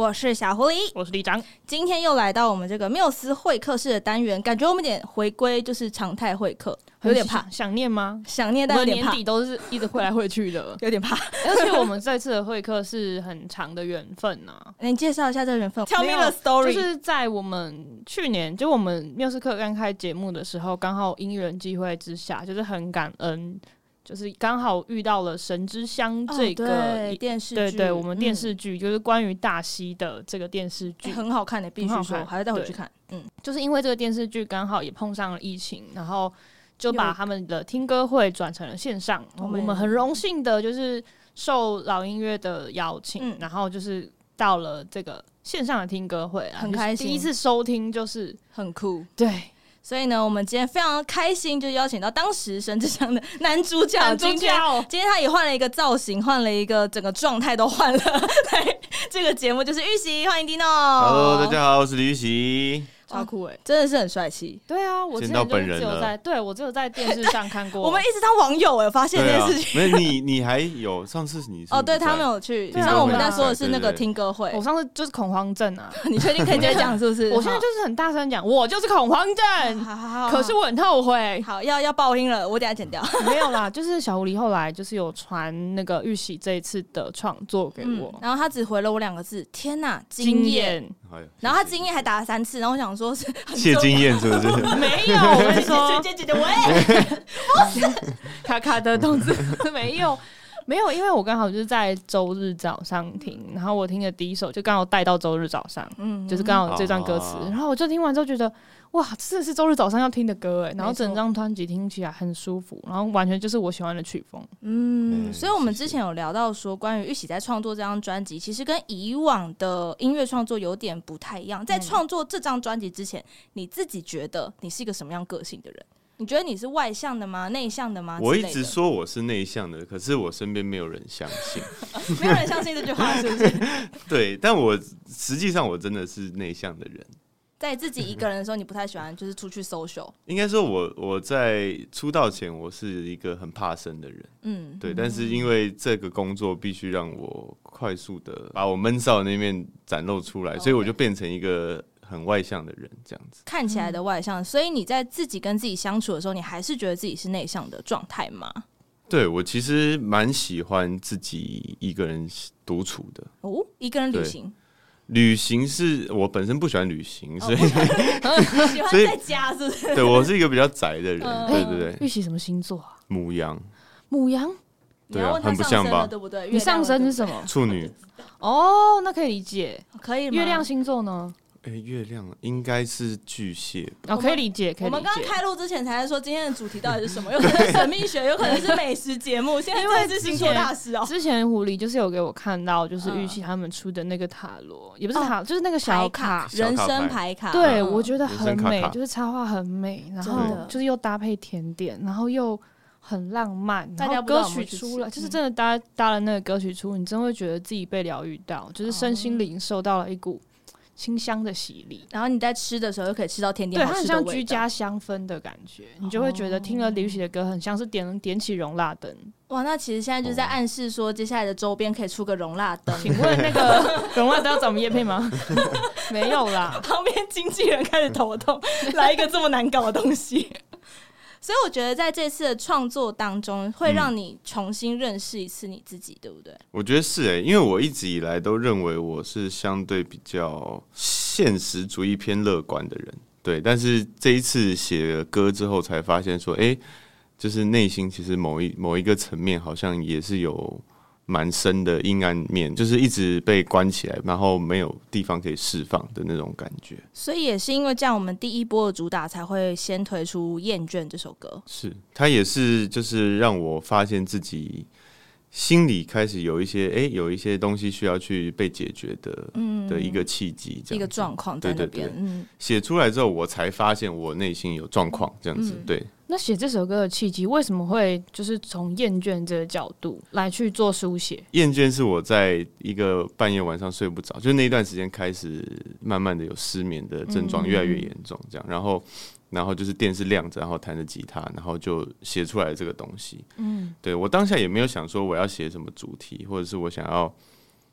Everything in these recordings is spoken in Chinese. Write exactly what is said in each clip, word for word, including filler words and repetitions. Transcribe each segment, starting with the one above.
我是小狐狸， 我是李长。 今天又来到我们这个缪斯会客室的单元，感觉我们有点回归就是常态会客，有点怕。 想念吗？ 想念，但有点怕。 我们年底都是一直会来会去的， 有点怕。 而且我们这次的会客是很长的缘分啊。 你介绍一下这个缘分 ，Tell me the story。 就是在我们去年，就我们缪斯课刚开节目的时候，刚好因缘际会之下，就是很感恩。就是刚好遇到了《神之乡》这个、 哦、对电视剧， 对对，我们电视剧、嗯、就是关于大溪的这个电视剧、 欸、很好看的，必须说，还是带回去看。嗯， 就是因为这个电视剧刚好也碰上了疫情，然后就把他们的听歌会转成了线上。我们很荣幸的就是受老音乐的邀请、嗯，然后就是到了这个线上的听歌会， 很开心。 第一次收听就是很酷， 对。 所以呢，我们今天非常开心，就邀请到当时神之乡的男主角。 男主角今天，今天他也换了一个造型，换了一个整个状态都换了。对，这个节目就是玉玺，欢迎 Dino。 Hello， 大家好，我是李玉玺。 超酷哎、欸， 真的是很帅气。 对啊，我之前就只有在，对我只有在电视上看过。 我们一直当网友哎、欸，发现这件事情。 没有、啊、你，你还有上次你是哦，对他没有去。上次我们在说的是那个听歌会。 我上次就是恐慌症啊， 你确定可以直接讲是不是？ 我现在就是很大声讲，我就是恐慌症。 好好好， 可是我很后悔。 好，要要爆音了，我等一下剪掉。 没有啦，就是小狐狸后来就是有传那个玉玺这一次的创作给我、嗯， 然后他只回了我两个字：天哪，惊艳。然后他惊艳还打了三次，然后我想说是谢经验是不是？ 没有，我跟你说， 姐姐姐喂，不是卡卡的动作没有没有，因为我刚好就是在周日早上听，然后我听的第一首就刚好带到周日早上，嗯，就是刚好这段歌词、啊，然后我就听完之后觉得哇，这是周日早上要听的歌哎，然后整张专辑听起来很舒服，然后完全就是我喜欢的曲风。 嗯，所以我们之前有聊到说，关于玉玺在创作这张专辑，其实跟以往的音乐创作有点不太一样。在创作这张专辑之前，你自己觉得你是一个什么样个性的人？你觉得你是外向的吗？内向的吗？ 我一直说我是内向的，可是我身边没有人相信， 没有人相信这句话，是不是？ 对，但我实际上我真的是内向的人。 在自己一个人的时候，你不太喜欢就是出去 social。 应该说我我在出道前，我是一个很怕生的人，嗯，对。但是因为这个工作必须让我快速的把我闷骚的那面展露出来， okay. 所以我就变成一个很外向的人，这样子。 看起来的外向，所以你在自己跟自己相处的时候，你还是觉得自己是内向的状态吗？ 对，我其实蛮喜欢自己一个人独处的。 哦，一个人旅行。 旅行是我本身不喜欢旅行，所以、 哦、喜欢在家是不是？ 对，我是一个比较宅的人，嗯、对对对。 玉玺什么星座啊？ 牡羊。 牡羊？ 对啊，很不像吧？ 对不对？ 你上升是什么？ 处女。 哦，那可以理解， 可以吗？ 月亮星座呢？ 哎、欸，月亮应该是巨蟹哦，可以理解，可以理解。 我们刚刚开录之前才在说今天的主题到底是什么，有可能是神秘学，有可能是美食节目。现在因为是星座大师哦。 之前狐狸就是有给我看到，就是玉玺他们出的那个塔罗，嗯、也不是塔，哦、就是那个小卡， 人生牌卡。 对，嗯、我觉得很美，就是插画很美，然后就是又搭配甜点，然后又很浪漫，然后歌曲出了，就是真的搭搭了那个歌曲出，你真会觉得自己被疗愈到，就是身心灵受到了一股清香的洗礼， 然后你在吃的时候又可以吃到甜点， 对，它很像居家香氛的感觉，你就会觉得听了李玉玺的歌，很像是点点起容蜡灯。 哇，那其实现在就是在暗示说，接下来的周边可以出个容蜡灯。 请问那个容蜡灯要找我们业配吗？没有啦， 旁边经纪人开始头痛，来一个这么难搞的东西。所以我觉得在这次的创作当中，会让你重新认识一次你自己，嗯、对不对？ 我觉得是哎、欸，因为我一直以来都认为我是相对比较现实主义偏乐观的人，对。但是这一次写了歌之后，才发现说，哎、欸，就是内心其实某一某一个层面，好像也是有蛮深的阴暗面，就是一直被关起来，然后没有地方可以释放的那种感觉。 所以也是因为这样，我们第一波的主打才会先推出《厌倦》这首歌。 是，它也是就是让我发现自己心里开始有一些哎、欸，有一些东西需要去被解决的、嗯、的一个契机，一个状况在那边。嗯， 写出来之后，我才发现我内心有状况，这样子、嗯、对。 那写这首歌的契机，为什么会就是从厌倦这个角度来去做书写？ 厌倦是我在一个半夜晚上睡不着，就那一段时间开始慢慢的有失眠的症状，越来越严重，这样，然后。然后就是电视亮着，然后弹着吉他，然后就写出来这个东西。嗯，对，我当下也没有想说我要写什么主题，或者是我想要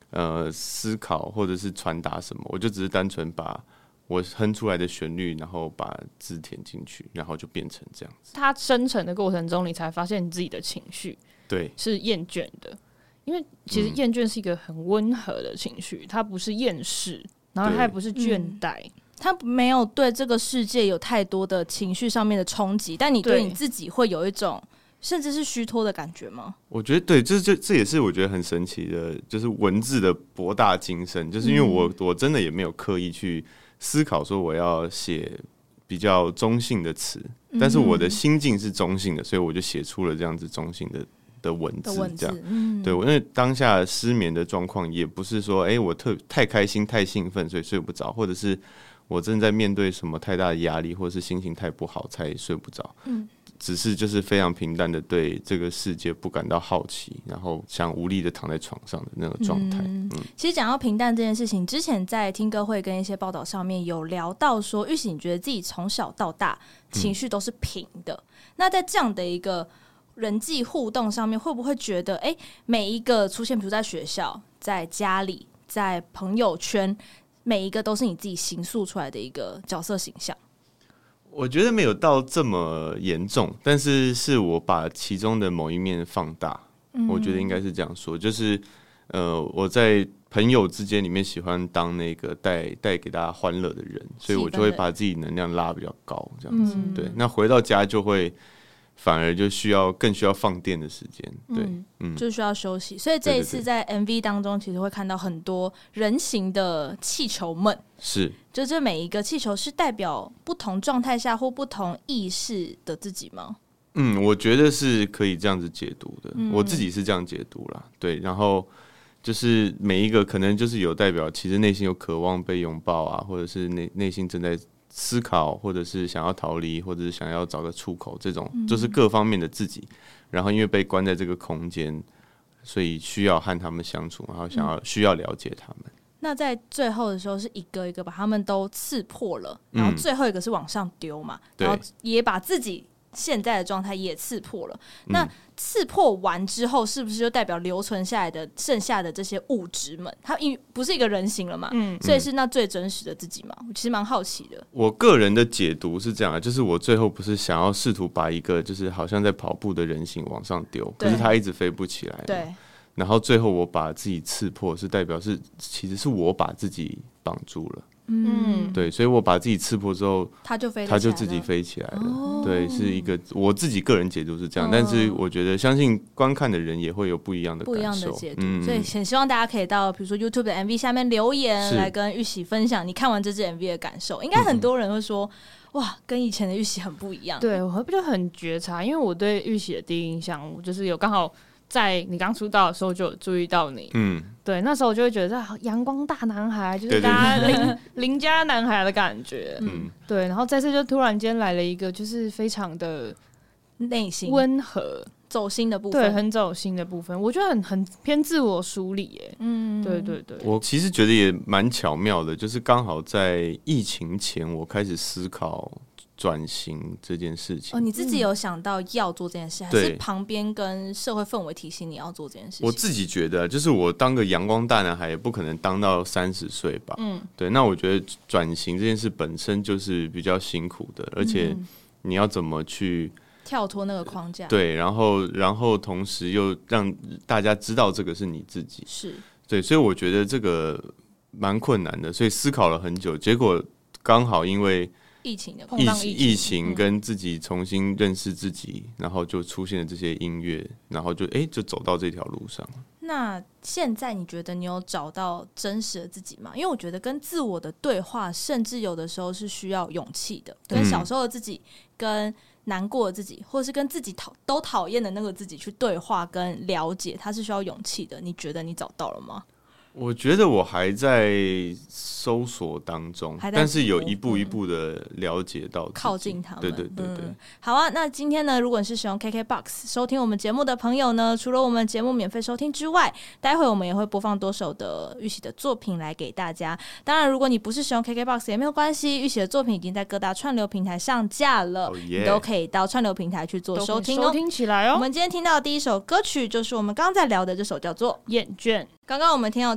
呃思考或者是传达什么，我就只是单纯把我哼出来的旋律，然后把字填进去，然后就变成这样子。 它生成的过程中，你才发现你自己的情绪对是厌倦的，因为其实厌倦是一个很温和的情绪，它不是厌世，然后它也不是倦怠。嗯， 他没有对这个世界有太多的情绪上面的冲击，但你对你自己会有一种甚至是虚脱的感觉吗？ 我觉得对，这这这也是我觉得很神奇的，就是文字的博大精深。就是因为我、嗯、我真的也没有刻意去思考说我要写比较中性的词，但是我的心境是中性的，所以我就写出了这样子中性的的文字。这样，嗯、对，因为当下失眠的状况也不是说，哎、欸，我特太开心、太兴奋，所以睡不着，或者是我正在面对什么太大的压力，或者是心情太不好才睡不着。嗯，只是就是非常平淡的对这个世界不感到好奇，然后想无力的躺在床上的那个状态。嗯嗯，其实讲到平淡这件事情，之前在听歌会跟一些报道上面有聊到说，玉玺你觉得自己从小到大情绪都是平的、嗯，那在这样的一个人际互动上面，会不会觉得，哎、欸，每一个出现，比如在学校、在家里、在朋友圈，每一个都是你自己形塑出来的一个角色形象？ 我觉得没有到这么严重，但是是我把其中的某一面放大。嗯、我觉得应该是这样说，就是呃，我在朋友之间里面喜欢当那个带带给大家欢乐的人，所以我就会把自己能量拉比较高，这样子。嗯、对，那回到家就会。反而就需要更需要放电的时间，对，嗯， 嗯，就需要休息。所以这一次在 M V 当中，其实会看到很多人形的气球们， 是， 就这每一个气球是代表不同状态下或不同意识的自己吗？ 嗯，我觉得是可以这样子解读的，嗯、我自己是这样解读啦，对，然后就是每一个可能就是有代表，其实内心有渴望被拥抱啊，或者是内内心正在思考，或者是想要逃离，或者是想要找个出口，这种就是各方面的自己。然后因为被关在这个空间，所以需要和他们相处，然后想要需要了解他们。 那在最后的时候是一个一个把他们都刺破了，然后最后一个是往上丢嘛、嗯，然后也把自己现在的状态也刺破了。嗯、那刺破完之后，是不是就代表留存下来的剩下的这些物质们，它因为不是一个人形了嘛？嗯，所以是那最真实的自己嘛？我其实蛮好奇的。 我个人的解读是这样，就是我最后不是想要试图把一个就是好像在跑步的人形往上丢，可是它一直飞不起来。 对。 然后最后我把自己刺破，是代表是其实是我把自己绑住了。嗯，对，所以我把自己刺破之后， 他就飞， 他就自己飞起来了。哦、对，是一个我自己个人解读是这样，哦、但是我觉得相信观看的人也会有不一样的感受， 不一样的解读。嗯、所以很希望大家可以到比如说 YouTube 的 M V 下面留言，来跟玉玺分享你看完这支 M V 的感受。应该很多人会说。嗯哇，跟以前的玉玺很不一样。 对，我就很觉察，因为我对玉玺的第一印象，我就是有刚好在你刚出道的时候就有注意到你。嗯，对，那时候我就会觉得阳光大男孩，就是大家邻邻家男孩的感觉。嗯，对，然后这次就突然间来了一个，就是非常的内心温和。 走心的部分， 对，很走心的部分，我觉得很很偏自我梳理耶。嗯，对对对。 我其实觉得也蛮巧妙的，就是刚好在疫情前，我开始思考转型这件事情。 哦，你自己有想到要做这件事，嗯、还是旁边跟社会氛围提醒你要做这件事情？ 我自己觉得，就是我当个阳光大男孩，也不可能当到三十岁吧。嗯，对。那我觉得转型这件事本身就是比较辛苦的，而且你要怎么去。 跳脱那个框架， 对，然后，然后同时又让大家知道这个是你自己， 是对，所以我觉得这个蛮困难的，所以思考了很久，结果刚好因为疫情的疫情，疫情跟自己重新认识自己，嗯、然后就出现了这些音乐，然后就哎、欸，就走到这条路上。 那现在你觉得你有找到真实的自己吗？因为我觉得跟自我的对话，甚至有的时候是需要勇气的，跟小时候的自己，跟难过的自己，或者是跟自己讨都讨厌的那个自己去对话跟了解，它是需要勇气的。你觉得你找到了吗？ 我觉得我还在搜索当中，但是有一步一步的了解到、嗯、 靠近他们。 对对对对、嗯。 好啊，那今天呢，如果你是使用 K K B O X 收听我们节目的朋友呢，除了我们节目免费收听之外，待会我们也会播放多首的玉玺的作品来给大家。当然，如果你不是使用 K K B O X 也没有关系，玉玺的作品已经在各大串流平台上架了， oh, yeah. 你都可以到串流平台去做收听哦。 收听起来哦。 我们今天听到的第一首歌曲就是我们刚刚在聊的这首，叫做《 厌倦》。 刚刚我们听到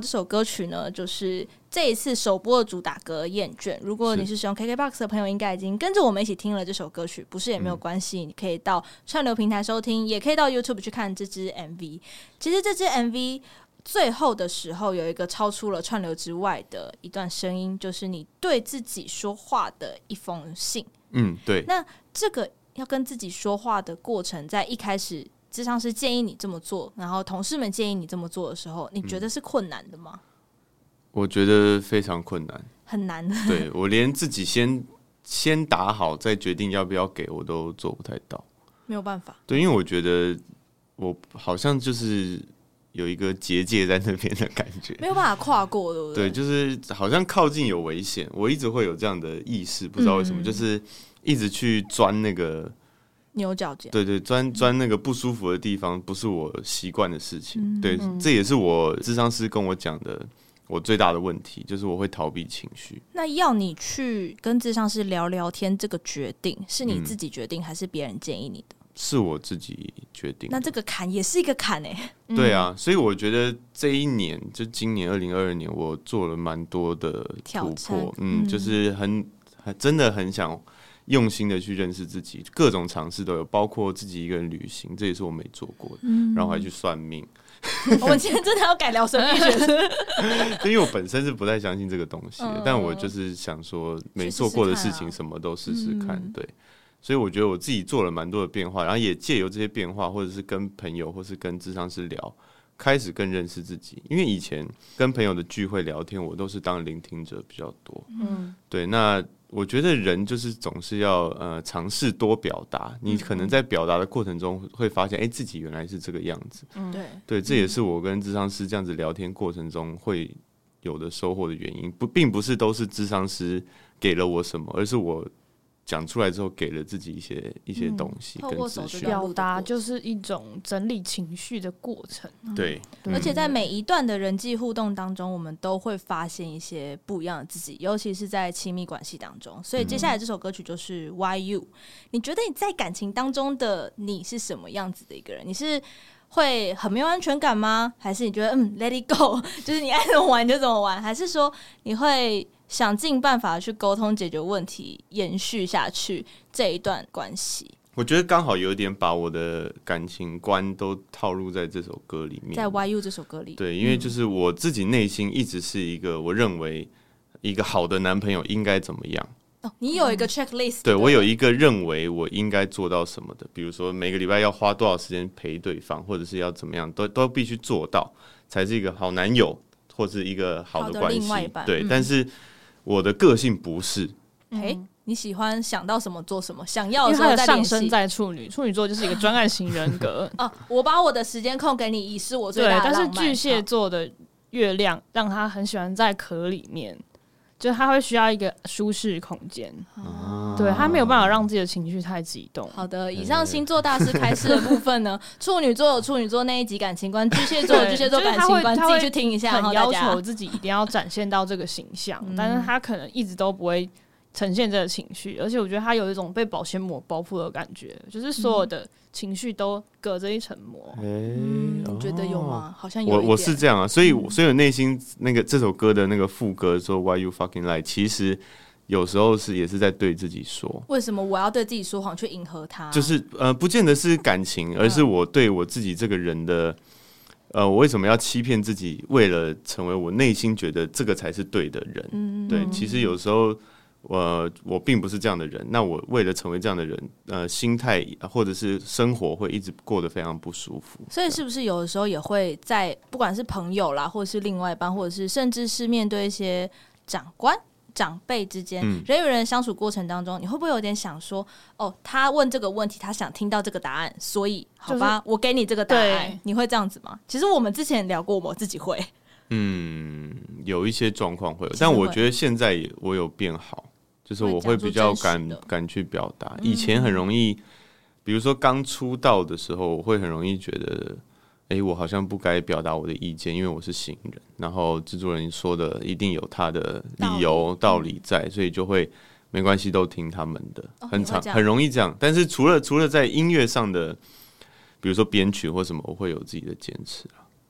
这首歌曲呢，就是这一次首播的主打歌《厌倦》。如果你是使用 K K B O X 的朋友，应该已经跟着我们一起听了这首歌曲，不是也没有关系、嗯、你可以到串流平台收听，也可以到 YouTube 去看这支 M V。 其实这支 M V 最后的时候有一个超出了串流之外的一段声音，就是你对自己说话的一封信。 嗯，对。 那这个要跟自己说话的过程，在一开始諮商師建议你这么做，然后同事们建议你这么做的时候，你觉得是困难的吗？嗯、 我觉得非常困难， 很难。 对，我连自己先先打好再决定要不要给我都做不太到， 没有办法。 对，因为我觉得我好像就是有一个结界在那边的感觉， 没有办法跨过，对不对？ 对，就是好像靠近有危险，我一直会有这样的意识，不知道为什么，嗯、就是一直去钻那个牛角尖， 对对，钻钻那个不舒服的地方，不是我习惯的事情。嗯、对、嗯，这也是我諮商師跟我讲的，我最大的问题就是我会逃避情绪。 那要你去跟諮商師聊聊天，这个决定是你自己决定，嗯、还是别人建议你的？ 是我自己决定的。 那这个坎也是一个坎哎、欸。 对啊，所以我觉得这一年，就今年二零二二年，我做了蛮多的突破，嗯，就是很很真的很想用心的去认识自己，各种尝试都有，包括自己一个人旅行，这也是我没做过的，嗯、然后还去算命。 我们今天真的要改聊神秘学， 因为我本身是不太相信这个东西的，嗯、但我就是想说，没做过的事情什么都试试看，嗯、对。所以我觉得我自己做了蛮多的变化，然后也借由这些变化，或者是跟朋友，或是跟諮商師聊，开始更认识自己。因为以前跟朋友的聚会聊天，我都是当聆听者比较多。嗯，对。那我觉得人就是总是要呃尝试多表达，你可能在表达的过程中会发现，哎、欸，自己原来是这个样子。嗯，对，对，这也是我跟諮商師這樣子聊天過程中會有的收穫的原因。不，並不是都是諮商師給了我什麼，而是我講出來之後給了自己一些一些東西跟資訊。 表達就是一種整理情緒的過程。 對， 而且在每一段的人際互動當中，我們都會發現一些不一樣的自己，尤其是在親密關係當中。所以接下來這首歌曲就是 Why You。你覺得你在感情當中的你是什麼樣子的一個人？你是會很沒有安全感嗎？還是你覺得嗯 let it go， 就是你愛怎麼玩就怎麼玩？還是說你會想盡辦法去溝通解決問題，延續下去這一段關係？ 我覺得剛好有點把我的感情觀都套入在這首歌裡面， 在 Why You 這首歌裡。 對，因為就是我自己內心一直是一個我認為一個好的男朋友應該怎麼樣。 哦，你有一個 checklist。 對，我有一個認為我應該做到什麼的，比如說每個禮拜要花多少時間陪對方，或者是要怎麼樣，都都必須做到，才是一個好男友或是一個好的關係。好的另外一半。對，嗯、但是我的個性不是。 欸，你喜歡想到什麼做什麼，想要的時候再聯繫。因為他的上升在處女，處女座就是一個專案型人格。 哦，我把我的時間空給你，以示我最大的浪漫。 對，但是巨蟹座的月亮讓他很喜歡在殼裡面，就是他會需要一個舒適空間。哦，對，他沒有辦法讓自己的情緒太激動。 好的，以上星座大師開示的部分呢，處女座有處女座那一集感情觀，巨蟹座有巨蟹座感情觀，自己去聽一下。 很要求自己一定要展現到這個形象，但是他可能一直都不會呈現這個情緒，而且我覺得他有一種被保鮮膜包覆的感覺，就是所有的情緒都隔着一層膜。 嗯，你覺得有嗎？好像有一點。 我我是這樣啊，所以所以我內心那個這首歌的那個副歌說 Why you fucking lie， 其實有時候是也是在對自己說， 為什麼我要對自己說謊去迎合他？ 就是呃，不見得是感情，而是我對我自己這個人的。呃，我為什麼要欺騙自己？為了成為我內心覺得這個才是對的人。嗯，對，其實有時候。我我並不是這樣的人，那我為了成為這樣的人，呃，心態或者是生活會一直過得非常不舒服。 所以是不是有的時候也會在不管是朋友啦，或者是另外一半，或者是甚至是面對一些長官長輩之間、嗯、人與人相處過程當中，你會不會有點想說，哦，他問這個問題，他想聽到這個答案，所以好吧、就是、我給你這個答案，你會這樣子嗎？其實我們之前聊過，我自己會，嗯， 有一些狀況會有，但我覺得現在也我有變好。就是我會比較敢敢去表達，以前很容易，比如說剛出道的時候，我會很容易覺得，哎、欸，我好像不該表達我的意見，因為我是新人，然後製作人說的一定有他的理由道理在，所以就會沒關係，都聽他們的，很常很容易這樣。但是除了除了在音樂上的，比如說編曲或什麼，我會有自己的堅持啊。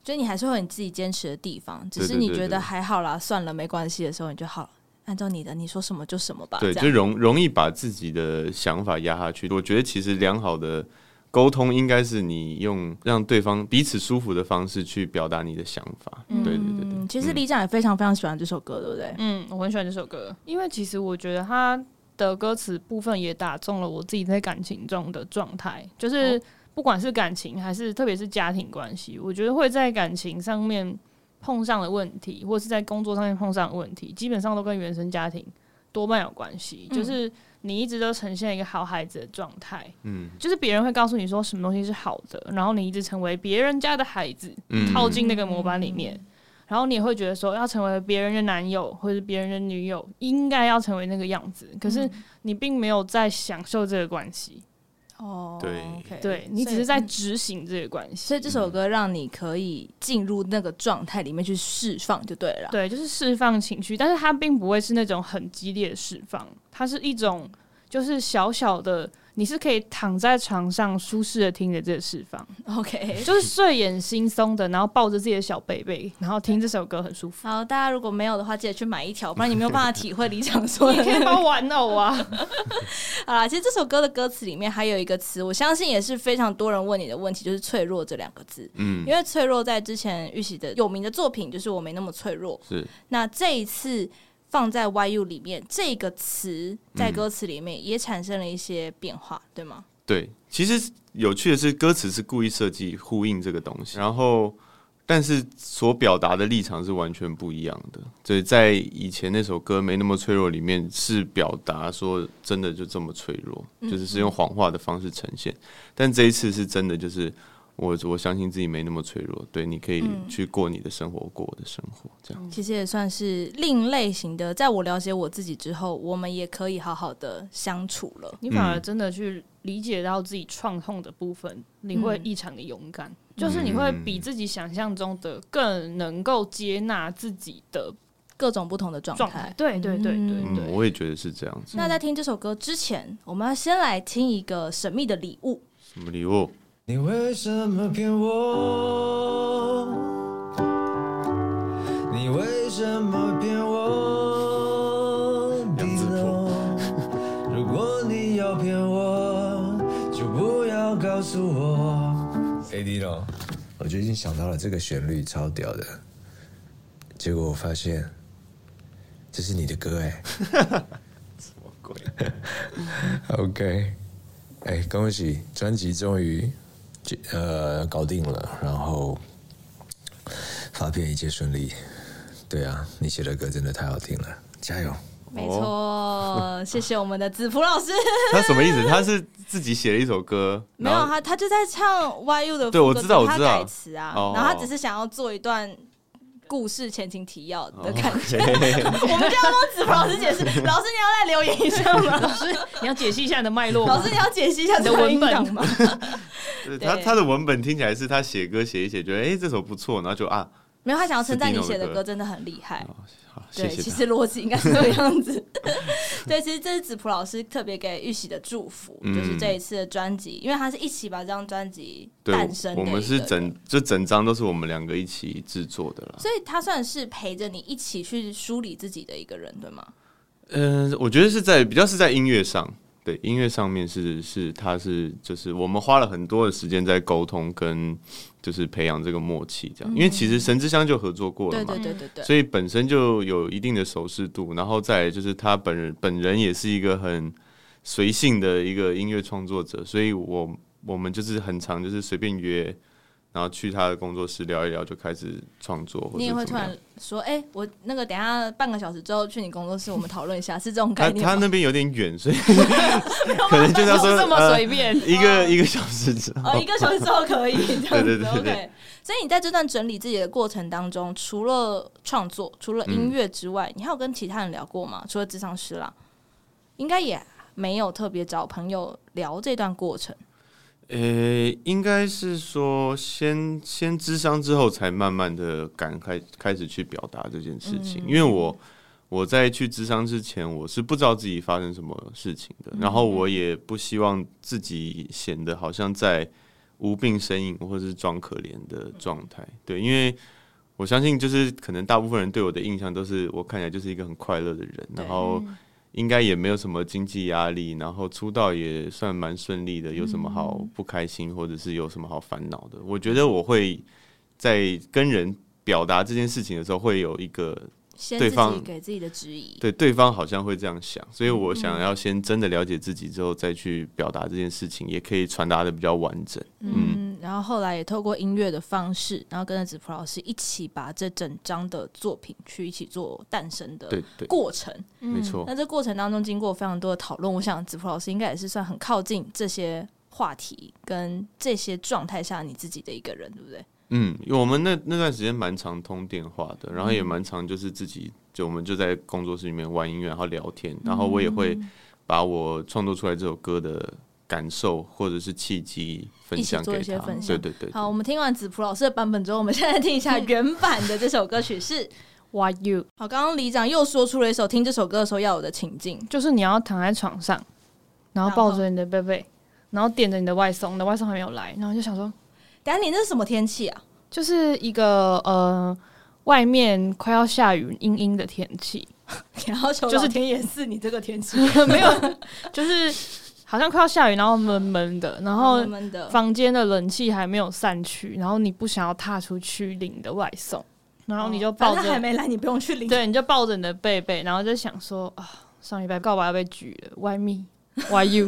就你还是会有你自己坚持的地方，只是你觉得还好啦，算了，没关系的时候，你就好了。按照你的，你说什么就什么吧。 对，就容容易把自己的想法压下去。我觉得其实良好的沟通应该是你用让对方彼此舒服的方式去表达你的想法。嗯、对对对对。 其实李长也非常非常喜欢这首歌，对不对？ 嗯，我很喜欢这首歌，因为其实我觉得他的歌词部分也打中了我自己在感情中的状态，就是不管是感情还是特别是家庭关系，我觉得会在感情上面碰上的问题，或是在工作上面碰上的问题，基本上都跟原生家庭多半有关系。嗯、就是你一直都呈现一个好孩子的状态，嗯，就是别人会告诉你说什么东西是好的，然后你一直成为别人家的孩子，嗯、套进那个模板里面，嗯、然后你也会觉得说要成为别人的男友或者别人的女友，应该要成为那个样子，可是你并没有在享受这个关系。 哦， 对， okay, 对你只是在执行这个关系， 所以这首歌让你可以进入那个状态里面去释放就对了。 对，就是释放情绪，但是它并不会是那种很激烈的释放，它是一种就是小小的，你是可以躺在床上舒适的听着这个释放。 OK， 就是睡眼惺忪的，然后抱着自己的小贝贝，然后听这首歌很舒服。 好，大家如果没有的话，记得去买一条，不然你没有办法体会李长说的。 你可以帮我玩偶啊。 好啦，其实这首歌的歌词里面还有一个词，我相信也是非常多人问你的问题，就是脆弱这两个字。嗯，因为脆弱在之前玉玺的有名的作品就是我没那么脆弱。 是。那这一次放在 Y U 里面，这个词在歌词里面也产生了一些变化，嗯、对吗？ 对，其实有趣的是，歌词是故意设计呼应这个东西，然后但是所表达的立场是完全不一样的。所以在以前那首歌《没那么脆弱》里面，是表达说真的就这么脆弱，嗯、就是是用谎话的方式呈现。但这一次是真的，就是我我相信自己没那么脆弱，对，你可以去过你的生活，过我的生活，这样。 其实也算是另类型的，在我了解我自己之后，我们也可以好好的相处了。 你反而真的去理解到自己创痛的部分，你会异常的勇敢，嗯、就是你会比自己想象中的更能够接纳自己的各种不同的状态。 对对对对对， 嗯，我也觉得是这样子。 那在听这首歌之前，我们要先来听一个神秘的礼物。 什么礼物？ 你为什么骗我？你为什么骗我？ 杨子坡。 如果你要骗我，就不要告诉我。哎，迪龙，我最近想到了这个旋律，超屌的。结果我发现，这是你的歌哎。 什么鬼 ？OK， 哎，恭喜专辑终于。呃，搞定了，然后发片一切顺利。对啊，你写的歌真的太好听了，加油！ 没错，哦、谢谢我们的子璞老师。 他什么意思？他是自己写了一首歌， 没有他，他就在唱 Y U 的副歌， 对，我知道，我知道， 他改词啊，哦、然后他只是想要做一段故事前情提要的感觉。Oh, okay. 我们就要帮子璞老师解释，老师你要来留言一下吗？ 老师你要解析一下你的脉络， 老师你要解析一下你的文本吗？ 他他的文本听起来是他写歌写一写，觉得哎、欸、这首不错，然后就啊， 没有他想要称赞你写的歌真的很厉害。 哦、好， 对， 谢谢。 其实逻辑应该是这个样子。对，其实这是子璞老师特别给玉玺的祝福，嗯、就是这一次的专辑，因为他是一起把这张专辑诞生的。 我们是整就整张都是我们两个一起制作的啦， 所以他算是陪着你一起去梳理自己的一个人，对吗？ 嗯、呃，我觉得是在比较是在音乐上。对，音乐上面是是，他是就是我们花了很多的时间在沟通跟就是培养这个默契，这样，因为其实神之乡就合作过了嘛， 对对对对对， 所以本身就有一定的熟识度，然后再来就是他本人本人也是一个很随性的一个音乐创作者，所以我我们就是很常就是随便约。然后去他的工作室聊一聊，就开始创作。 你也会突然说：“哎、欸，我那个等一下半个小时之后去你工作室，我们讨论一下，是这种概念吗？” 他, 他那边有点远，所以可能就是要说这么随便、 呃、一个、哦、一个小时之后， 哦，一个小时之后可以这样子。 对对对对对。 Okay. 所以你在这段整理自己的过程当中，除了创作、除了音乐之外，嗯、你还有跟其他人聊过吗？除了諮商師啦，应该也没有特别找朋友聊这段过程。 呃、欸，应该是说先先諮商之后，才慢慢的敢开开始去表达这件事情。嗯、因为我我在去諮商之前，我是不知道自己发生什么事情的，嗯、然后我也不希望自己显得好像在无病呻吟或者是装可怜的状态。对，因为我相信就是可能大部分人对我的印象都是我看起来就是一个很快乐的人，然后应该也没有什么经济压力，然后出道也算蛮顺利的，有什么好不开心或者是有什么好烦恼的？我觉得我会在跟人表达这件事情的时候会有一个对方先自己给自己的质疑， 对对方好像会这样想，所以我想要先真的了解自己之后再去表达这件事情，也可以传达的比较完整。 嗯，嗯然后后来也透过音乐的方式，然后跟着子朴老师一起把这整张的作品去一起做诞生的过程。 对对没错。 那这过程当中经过非常多的讨论，我想子朴老师应该也是算很靠近这些话题跟这些状态下你自己的一个人，对不对？ 嗯，因为我们那那段时间蛮常通电话的，然后也蛮常就是自己就我们就在工作室里面玩音乐，然后聊天，然后我也会把我创作出来这首歌的感受或者是契机分享给他， 一起做一些分享。 对对 对, 对。 好，我们听完子朴老师的版本之后，我们现在听一下原版的这首歌曲是 Why You。 好，刚刚里长又说出了一首听这首歌的时候要有的情境， 就是你要躺在床上，然后抱着你的贝贝，然后点着你的外送，你的外送还没有来，然后就想说。 等一下你那是什么天气啊？ 就是一个呃，外面快要下雨、阴阴的天气， 然后求老天爷赐你这个天气， 没有，就是好像快要下雨，然后闷闷的，然后房间的冷气还没有散去，然后你不想要踏出去领的外送，然后你就抱着， 他还没来，你不用去领， 对，你就抱着你的贝贝，然后就想说啊，上礼拜告白要被拒了 ，Why me？Why you？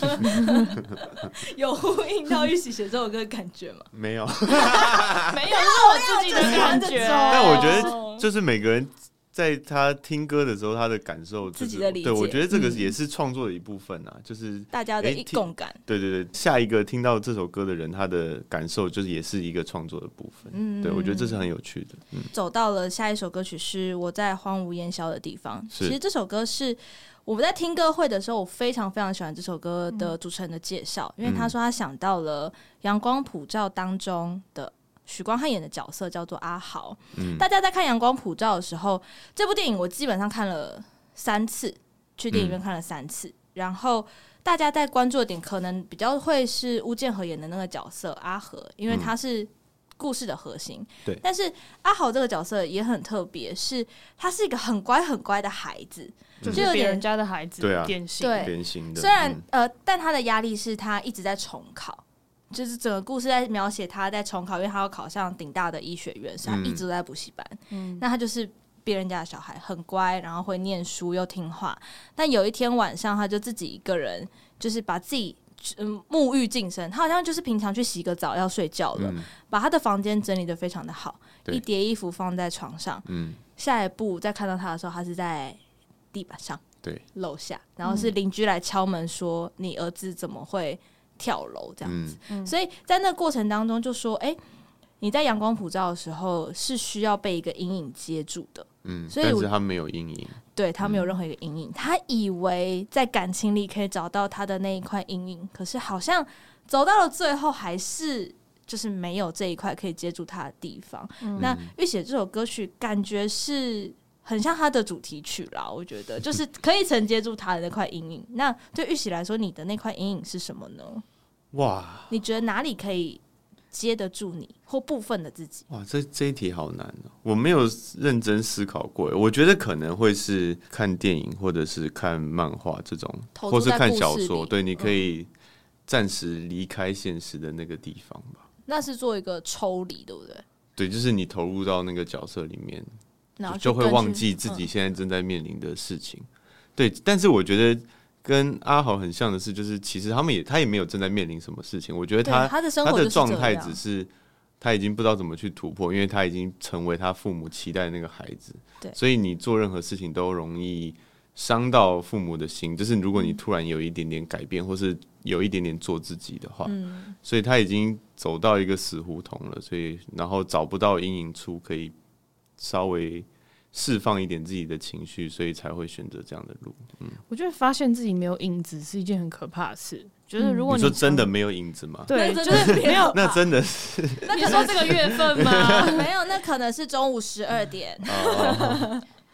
有呼应到玉玺写这首歌的感觉吗？ 没有， 没有，这是我自己的感觉。 但我觉得，就是每个人在他听歌的时候，他的感受、就是， 自己的理解。 对，我觉得这个也是创作的一部分啊，嗯、就是大家的一共感。 对对对，下一个听到这首歌的人，他的感受就是也是一个创作的部分。嗯，对，我觉得这是很有趣的。嗯， 走到了下一首歌曲是我在荒芜烟消的地方。其实这首歌是。我们在听歌会的时候，我非常非常喜欢这首歌的主持人的介绍，因为他说他想到了《阳光普照》当中的许光汉演的角色叫做阿豪。嗯、大家在看《阳光普照》的时候，这部电影我基本上看了三次，去电影院看了三次。嗯、然后大家在关注的点可能比较会是巫建和演的那个角色阿和，因为他是故事的核心。 对， 但是阿豪这个角色也很特别，是他是一个很乖很乖的孩子。 就是别人家的孩子，对啊，典型对典型的。 虽然、嗯、呃，但他的压力是他一直在重考，就是整个故事在描写他在重考，因为他要考上顶大的医学院，所以他一直都在补习班。嗯，那他就是别人家的小孩，很乖，然后会念书又听话。但有一天晚上，他就自己一个人，就是把自己嗯沐浴净身。他好像就是平常去洗个澡要睡觉了，嗯、把他的房间整理得非常的好，一叠衣服放在床上。嗯，下一步再看到他的时候，他是在地板上， 对， 楼下，然后是邻居来敲门说：“你儿子怎么会跳楼？”这样子，嗯、所以在那过程当中就说：“哎、欸，你在阳光普照的时候是需要被一个阴影接住的。” 嗯，所以但是他没有阴影， 对他没有任何一个阴影，嗯、他以为在感情里可以找到他的那一块阴影，可是好像走到了最后还是就是没有这一块可以接住他的地方。嗯、那玉玺这首歌曲感觉是。很像他的主题曲啦，我觉得就是可以承接住他的那块阴影。那对玉玺来说，你的那块阴影是什么呢？哇，你觉得哪里可以接得住你或部分的自己？ 哇，这这一题好难哦、喔，我没有认真思考过。我觉得可能会是看电影或者是看漫画这种，或是看小说，对，你可以暂时离开现实的那个地方吧。 那是做一个抽离，对不对？ 对，就是你投入到那个角色里面。就会忘记自己现在正在面临的事情，嗯、对。但是我觉得跟阿豪很像的是，就是其实他们也他也没有正在面临什么事情。我觉得他他的生活他的状态只是他已经不知道怎么去突破，因为他已经成为他父母期待的那个孩子。对，所以你做任何事情都容易伤到父母的心。就是如果你突然有一点点改变，或是有一点点做自己的话，嗯、所以他已经走到一个死胡同了。所以然后找不到阴影处可以稍微释放一点自己的情绪，所以才会选择这样的路。嗯， 我觉得发现自己没有影子是一件很可怕的事。就是如果你, 你说真的没有影子吗？ 对，就是没有。 那真的是？ 那你说这个月份吗？ 没有，那可能是中午十二点。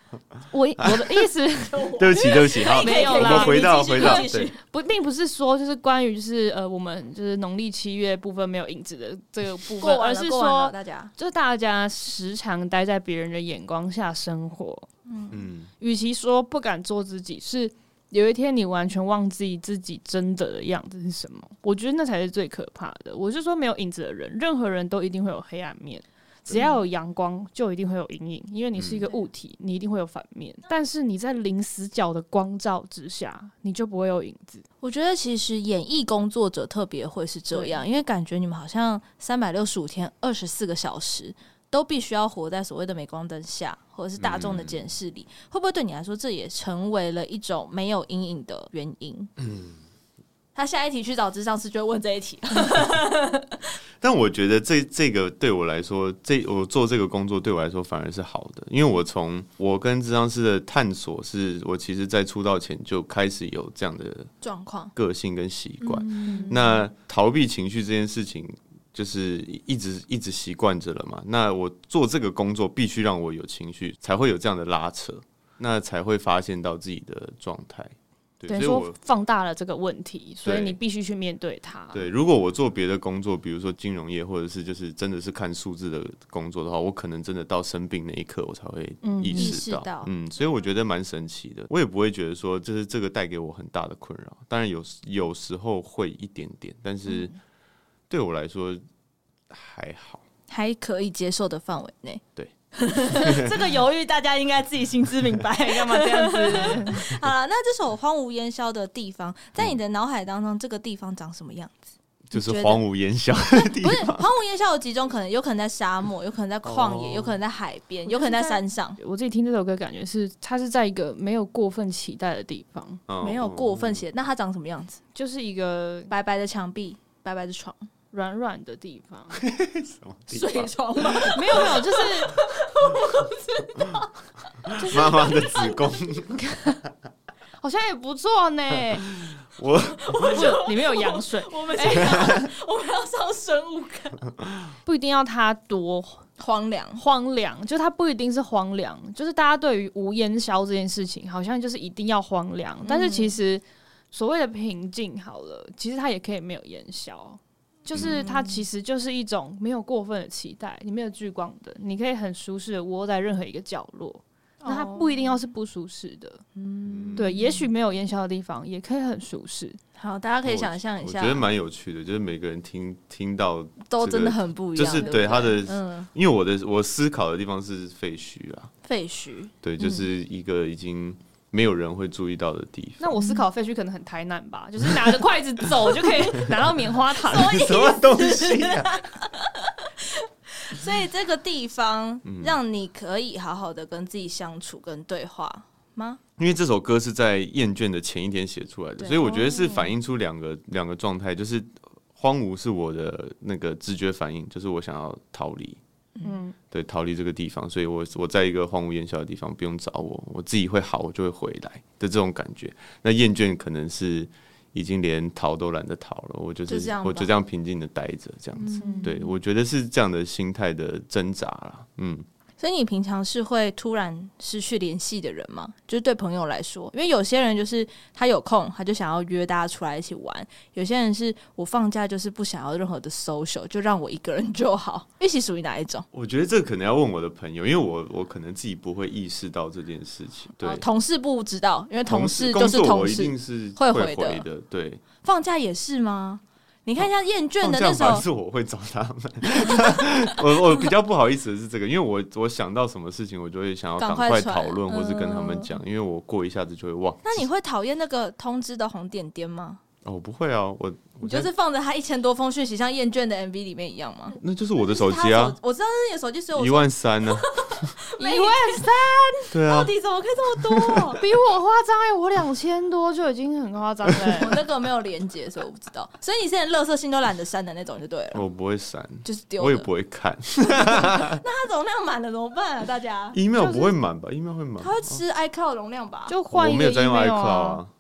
我我的意思， 对不起，对不起，好， 没有啦， 我们回到回到对， 不，并不是说就是关于就是呃，我们就是农历七月部分没有影子的这个部分，而是说大家就是大家时常待在别人的眼光下生活。嗯，与其说不敢做自己，是有一天你完全忘记自己真的的样子是什么，我觉得那才是最可怕的。我是说，没有影子的人，任何人都一定会有黑暗面。只要有阳光，就一定会有阴影，因为你是一个物体，你一定会有反面。但是你在零死角的光照之下，你就不会有影子。 我觉得其实演艺工作者特别会是这样，因为感觉你们好像三百六十五天、二十四个小时都必须要活在所谓的镁光灯下，或者是大众的检视里。嗯、会不会对你来说，这也成为了一种没有阴影的原因？嗯。他下一题去找諮商師就会问这一题但我觉得这这个对我来说，这我做这个工作对我来说反而是好的，因为我从我跟諮商師的探索，是我其实在出道前就开始有这样的状况、 个性跟习惯。那逃避情绪这件事情，就是一直一直习惯着了嘛。那我做这个工作必须让我有情绪，才会有这样的拉扯，那才会发现到自己的状态。 等于说放大了这个问题，所以你必须去面对它。 对，如果我做别的工作，比如说金融业，或者是就是真的是看数字的工作的话，我可能真的到生病那一刻，我才会意识到。嗯, 到嗯，所以我觉得蛮神奇的。我也不会觉得说，就是这个带给我很大的困扰。当然有有时候会一点点，但是对我来说还好， 还可以接受的范围内。 对。 这个犹豫大家应该自己心知明白，干嘛这样子？好了，那这首荒无烟硝的地方，在你的脑海当中，这个地方长什么样子？ 就是荒无烟硝的地方。 不是荒无烟硝有几种可能？有可能在沙漠，有可能在旷野，有可能在海边，有可能在山上。 我自己听这首歌，感觉是它是在一个没有过分期待的地方， 哦、 没有过分期待。那它长什么样子？ 就是一个白白的墙壁，白白的床。 软软的地方， 水床吗？ 没有没有，就是我不知道， 就是妈妈的子宫， 好像也不错呢。 我我就里面有羊水， 我们现在、欸、我们要上生物课， 不一定要它多荒凉， 荒凉，就它不一定是荒凉，就是大家对于无烟硝这件事情，好像就是一定要荒凉，嗯、但是其实所谓的平静，好了，其实它也可以没有烟硝。就是它其实就是一种没有过分的期待，你没有聚光的，你可以很舒适的窝在任何一个角落。那它不一定要是不舒适的，嗯，对，也许没有烟硝的地方也可以很舒适。 好，大家可以想象一下， 我觉得蛮有趣的，就是每个人听听到、這個、 都真的很不一样， 就是对他的，嗯，因为我的我思考的地方是废墟啊， 废墟， 对，就是一个已经。没有人会注意到的地方。 那我思考废墟可能很台南吧，就是拿着筷子走就可以拿到棉花糖， 什么东西啊？ 所以这个地方让你可以好好的跟自己相处、跟对话吗？ 因为这首歌是在厌倦的前一天写出来的，所以我觉得是反映出两个两个状态，就是荒芜是我的那个直觉反应，就是我想要逃离。嗯，对，逃离这个地方，所以我我在一个荒无烟硝的地方，不用找我，我自己会好，我就会回来的这种感觉。那厌倦可能是已经连逃都懒得逃了，我就是就我就这样平静的待着，这样子。嗯、对，我觉得是这样的心态的挣扎啦。嗯。 所以你平常是会突然失去联系的人吗？就是对朋友来说，因为有些人就是他有空他就想要约大家出来一起玩，有些人是我放假就是不想要任何的 social， 就让我一个人就好。玉琪属于哪一种？ 我觉得这可能要问我的朋友，因为我我可能自己不会意识到这件事情。对， 哦、同事不知道，因为同事就是同事， 同事， 我一定是会回的。 的对， 放假也是吗？你看一下厌倦的那时候， 是我会找他们。我我比较不好意思的是这个，因为我我想到什么事情，我就会想要赶快讨论，或是跟他们讲，因为我过一下子就会忘。 那你会讨厌那个通知的红点点吗？ 哦，我不会啊，我你就是放着他一千多封讯息，像厌倦的 M V 里面一样吗？ 那就是我的手机啊， 我知道那是你的手机，所以我一万三呢， 一万三， 对啊， 到底怎么可以这么多？ 比我夸张哎，我两千多就已经很夸张了。 我那个没有连结，所以我不知道。所以你现在垃圾信都懒得删的那种就对了。 我不会删， 就是丢， 我也不会看。 那它容量满了怎么办啊？大家 email 不会满吧 ？email 会满， 它会吃 iCloud 容量吧？ 就换一个 email 啊。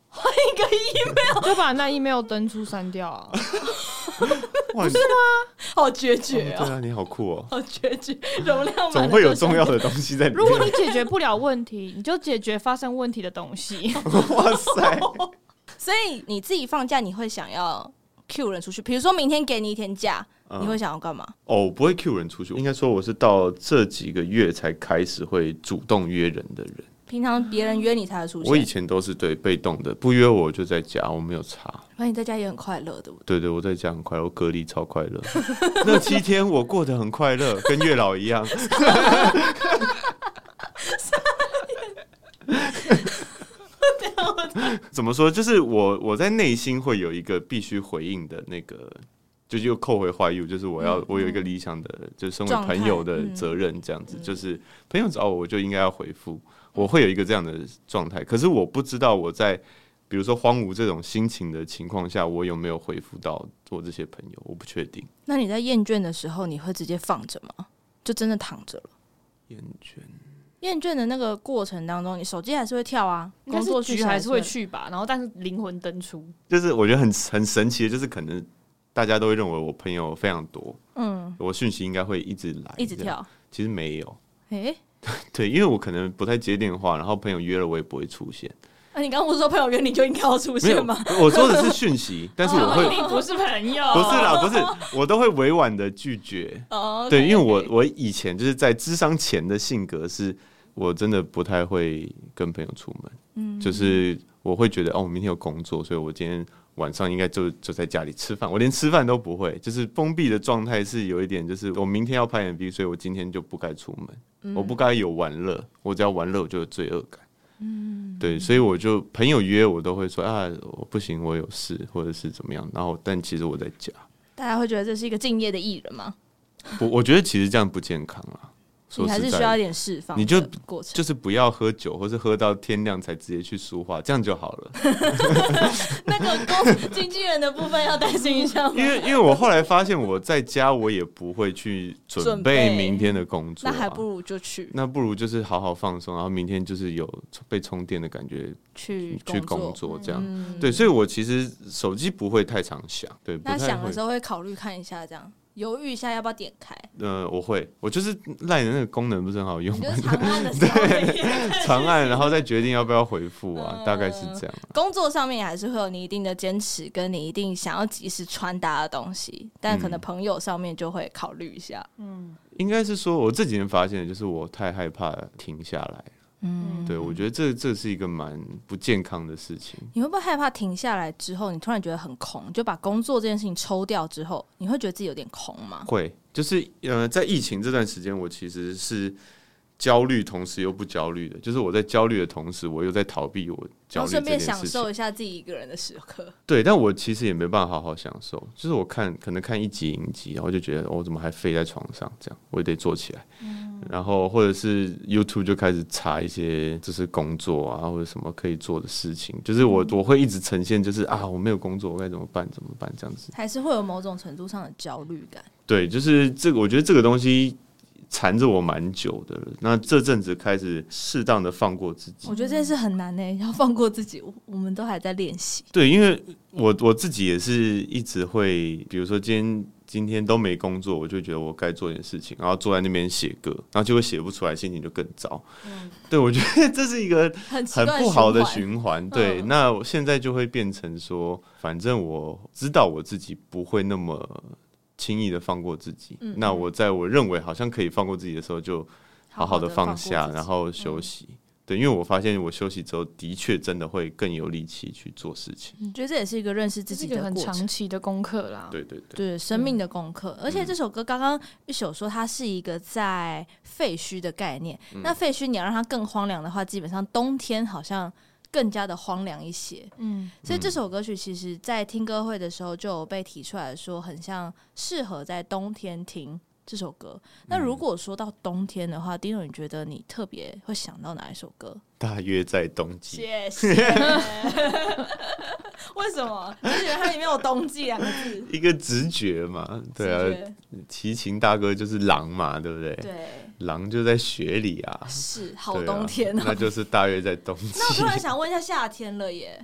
换一个 email， 就把那 email 登出删掉啊。 哇， 不是吗？ 好决绝哦！ 对啊，你好酷哦， 好决绝，容量满总会有重要的东西在里面。 如果你解决不了问题，你就解决发生问题的东西。 哇塞！ 所以你自己放假，你会想要 Q 人出去？比如说明天给你一天假，嗯、你会想要干嘛？ 哦，我不会 Q 人出去，应该说我是到这几个月才开始会主动约人的人。 平常别人约你才会出现。 我以前都是对被动的，不约我就在家，我没有差。 反正你在家也很快乐，对不对？ 对对，我在家很快乐，我隔离超快乐。那七天我过得很快乐，跟月老一样。怎么说？就是我我在内心会有一个必须回应的那个，就又扣回坏 you， 就是我要、嗯、我有一个理想的，就是身为朋友的责任，这样子，嗯、就是朋友找我，我就应该要回复。我会有一个这样的状态，可是我不知道我在比如说荒芜这种心情的情况下，我有没有回复到我这些朋友，我不确定。 那你在厌倦的时候，你会直接放着吗？就真的躺着了？ 厌倦， 厌倦的那个过程当中，你手机还是会跳啊，工作局还是会去吧，然后但是灵魂登出。 就是我觉得很很神奇的，就是可能大家都会认为我朋友非常多，嗯，我讯息应该会一直来， 一直跳， 其实没有， 哎、欸。 对，因为我可能不太接电话，然后朋友约了我也不会出现。 啊、你刚刚不是说朋友约你就应该要出现吗？ 我说的是讯息，但是我会、 哦、你不是朋友， 不是啦，不是，我都会委婉的拒绝。哦、okay, 对，因为我我以前就是在諮商前的性格是，我真的不太会跟朋友出门，嗯，就是我会觉得哦，我明天有工作，所以我今天晚上应该就就在家里吃饭，我连吃饭都不会，就是封闭的状态是有一点，就是我明天要拍 M V， 所以我今天就不该出门。我不该有玩乐，我只要玩乐我就有罪恶感。嗯，对，所以我就朋友约我都会说啊，我不行，我有事或者是怎么样。然后，但其实我在家。 大家会觉得这是一个敬业的艺人吗？ 我我觉得其实这样不健康啊。 你还是需要一点释放， 你就过程就是不要喝酒，或是喝到天亮才直接去梳化，这样就好了。 那个公经纪人的部分要担心一下吗？ 因为因为我后来发现我在家我也不会去准备明天的工作、啊， 那还不如就去， 那不如就是好好放松，然后明天就是有被充电的感觉去去工作这样、 嗯。对， 所以我其实手机不会太常响，对， 那响的时候会考虑看一下这样。犹豫一下要不要点开？ 呃，我会，我就是赖的那个功能不是很好用， 你就是长按的时候对，长按，然后再决定要不要回复啊、嗯，大概是这样、啊。 工作上面还是会有你一定的坚持，跟你一定想要及时传达的东西，但可能朋友上面就会考虑一下。嗯， 应该是说我这几年发现的就是我太害怕停下来。嗯，对，我觉得这这是一个蛮不健康的事情。 你会不会害怕停下来之后，你突然觉得很空，就把工作这件事情抽掉之后，你会觉得自己有点空吗？ 会，就是呃，在疫情这段时间，我其实是焦虑，同时又不焦虑的。就是我在焦虑的同时，我又在逃避我焦虑这件事情，顺便享受一下自己一个人的时刻。 对，但我其实也没办法好好享受。就是我看可能看一集影集，然后就觉得、哦、我怎么还飞在床上，这样我也得坐起来。嗯，然后或者是 YouTube 就开始查一些就是工作啊或者什么可以做的事情，就是我我会一直呈现就是啊我没有工作我该怎么办怎么办这样子， 还是会有某种程度上的焦虑感。 对，就是这个我觉得这个东西缠着我蛮久的了，那这阵子开始适当的放过自己。 我觉得这件事很难耶，要放过自己，我们都还在练习。 对，因为我我自己也是一直会，比如说今天今天都没工作，我就觉得我该做点事情，然后坐在那边写歌，然后结果写不出来，心情就更糟。嗯，对，我觉得这是一个很不好的循环。对、嗯，那我现在就会变成说，反正我知道我自己不会那么轻易的放过自己、嗯，那我在我认为好像可以放过自己的时候，就好好的放下，好好然后休息、嗯。对，因为我发现我休息之后，的确真的会更有力气去做事情。 我觉得这也是一个认识自己的过程， 很长期的功课啦。 对对对， 对生命的功课、嗯。而且这首歌刚刚玉秀说，它是一个在废墟的概念。嗯、那废墟你要让它更荒凉的话，基本上冬天好像更加的荒凉一些，嗯，所以这首歌曲其实在听歌会的时候就有被提出来说很像适合在冬天听这首歌。那如果说到冬天的话， Dino 你觉得你特别会想到哪一首歌？ 大约在冬季。 谢谢。为什么？就觉得它里面有冬季两个字， 一个直觉嘛，对啊，齐秦大哥就是狼嘛，对不对？ 对， 狼就在雪里啊， 是好冬天、啊啊、那就是大约在冬季。 那我突然想问一下，夏天了耶，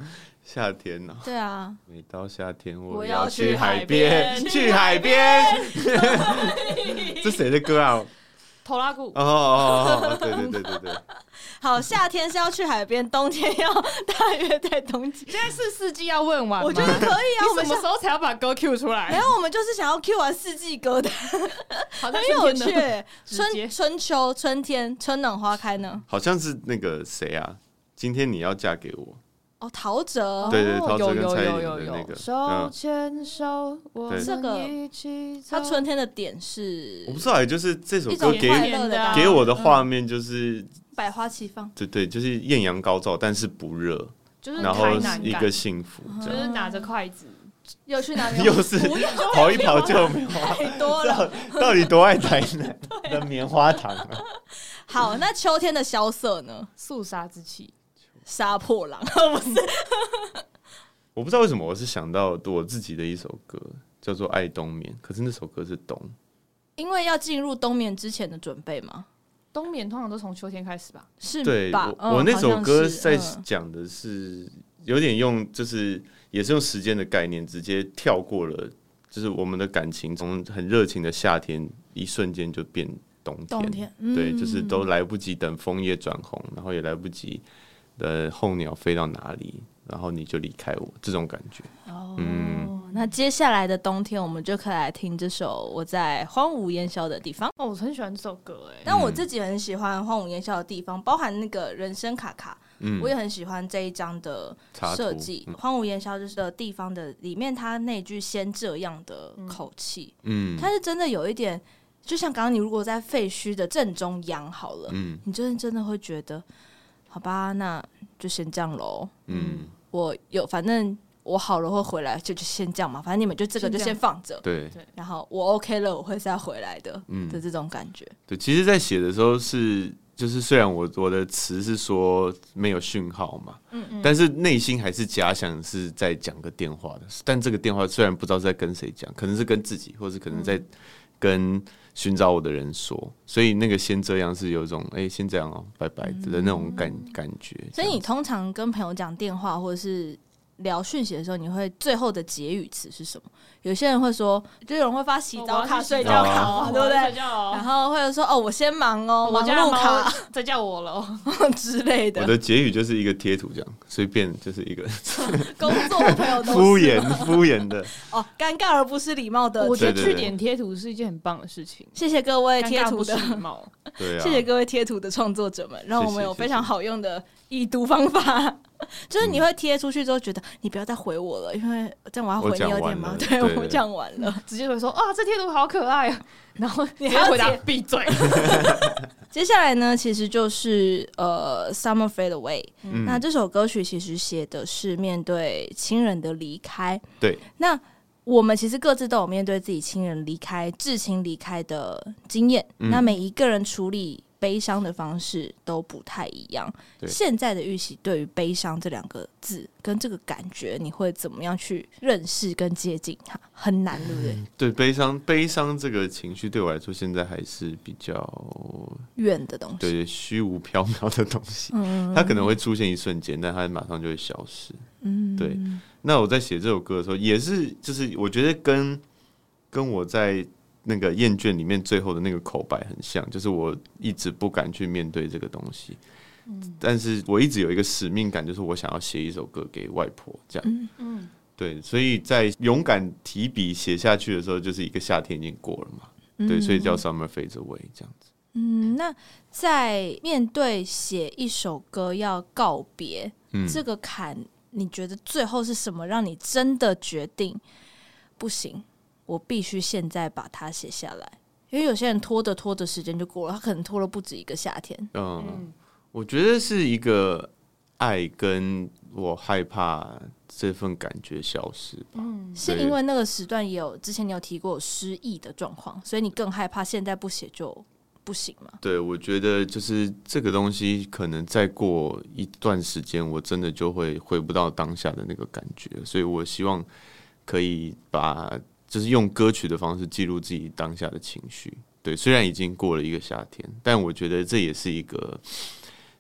夏天呢、啊？ 对啊， 每到夏天我我要要去海去海边边，去海边。这谁的歌啊？ 头拉骨哦哦哦，对对对对对。 好，夏天是要去海边，冬天要大约在东京。 现在是四季要问完吗？ 我觉得可以啊。我们什么时候才要把歌 Q 出来？ 没有，我们就是想要 Q 完四季歌的， 好很有趣。 春春春秋春天，春暖花开呢？ 好像是那个谁啊？今天你要嫁给我。 哦，陶喆， 对对，陶喆跟有蔡依林有有有的那个手牵手，我这个们一起走。 他春天的点是， 我不知道，就是这首一种歌给快乐的感觉给我的画面就是百花齐放， 对对，就是艳阳高照，但是不热， 就是然后台南感一个幸福，这样就是拿着筷子， 又去哪里？ 又是跑一跑就有棉花， 太多了。 到底多爱台南的棉花糖啊？ 好，那秋天的萧瑟呢？ 肃杀之气。 杀破狼不是？ 我不知道为什么我是想到我自己的一首歌叫做《爱冬眠》，可是那首歌是冬， 因为要进入冬眠之前的准备吗？ 冬眠通常都从秋天开始吧？ 是对吧？ 我,、 嗯、 我那首歌在嗯、 讲的是有点用，就是也是用时间的概念，直接跳过了，就是我们的感情从很热情的夏天，一瞬间就变冬天。 冬天，嗯、 对，就是都来不及等枫叶转红，然后也来不及的候鸟飞到哪里，然后你就离开我，这种感觉。 哦， 嗯， 那接下来的冬天，我们就可以来听这首《我在荒芜烟消的地方》。 哦，我很喜欢这首歌哎， 但我自己很喜欢《荒芜烟消的地方》，包含那个人生卡卡， 嗯， 我也很喜欢这一张的设计。嗯、荒芜烟消的地方的里面，它那句先这样的口气，嗯，它是真的有一点，就像刚刚你如果在废墟的正中央好了，嗯，你真的真的会觉得。好吧，那就先这样喽。嗯，我有，反正我好了会回来，就就先这样嘛。反正你们就这个就先放着。 对， 然后我 OK 了，我会再回来的。嗯，的这种感觉。 对，其实，在写的时候是，就是虽然我我的词是说没有讯号嘛，嗯嗯，但是内心还是假想是在讲个电话的。但这个电话虽然不知道是在跟谁讲，可能是跟自己，或是可能在跟寻找我的人说，所以那个先这样是有一种哎、欸，先这样哦，拜拜的那种感、嗯、感觉。 所以你通常跟朋友讲电话或者是聊讯息的时候，你会最后的结语词是什么？有些人会说，就有人会发洗澡卡、睡觉卡嘛，对不对？然后或者说哦，我先忙哦，忙碌卡， 再叫我了之类的。 我的结语就是一个贴图，这样随便就是一个工作和朋友都敷衍敷衍的哦，尴尬而不是礼貌的。 我觉得据点贴图是一件很棒的事情。 谢谢各位贴图的礼貌， 对啊， 谢谢各位贴图的创作者们，让我们有非常好用的已读方法。就是你会贴出去之后，觉得你不要再回我了，因为这样我要回你有点忙。对，我讲完了， 直接会说啊，这贴图好可爱啊，然后你还要回答闭嘴。 接下来呢，其实就是呃《Summer Fade Away》。嗯，那这首歌曲其实写的是面对亲人的离开。 对， 那我们其实各自都有面对自己亲人离开、至亲离开的经验。嗯，那每一个人处理悲伤的方式都不太一样。现在的玉玺对于悲伤这两个字跟这个感觉，你会怎么样去认识跟接近它？很难，对不对？ 嗯、对，悲伤，悲伤这个情绪对我来说，现在还是比较远的东西， 对，虚无缥缈的东西。嗯，它可能会出现一瞬间，但它马上就会消失。嗯，对。那我在写这首歌的时候，也是，就是我觉得跟跟我在那个厌倦里面最后的那个口白很像，就是我一直不敢去面对这个东西，嗯、但是我一直有一个使命感，就是我想要写一首歌给外婆，这样，嗯嗯，对，所以在勇敢提笔写下去的时候，就是一个夏天已经过了嘛，嗯、对，所以叫 Summer Fade Away 这样子。 嗯，那在面对写一首歌要告别、嗯、这个坎，你觉得最后是什么让你真的决定不行？我必须现在把它写下来，因为有些人拖着拖着时间就过了，他可能拖了不止一个夏天。 嗯，嗯我觉得是一个爱跟我害怕这份感觉消失吧。嗯， 是因为那个时段也有之前你有提过有失忆的状况，所以你更害怕现在不写就不行吗？ 对，我觉得就是这个东西，可能再过一段时间，我真的就会回不到当下的那个感觉，所以我希望可以把。就是用歌曲的方式记录自己当下的情绪，对，虽然已经过了一个夏天，但我觉得这也是一个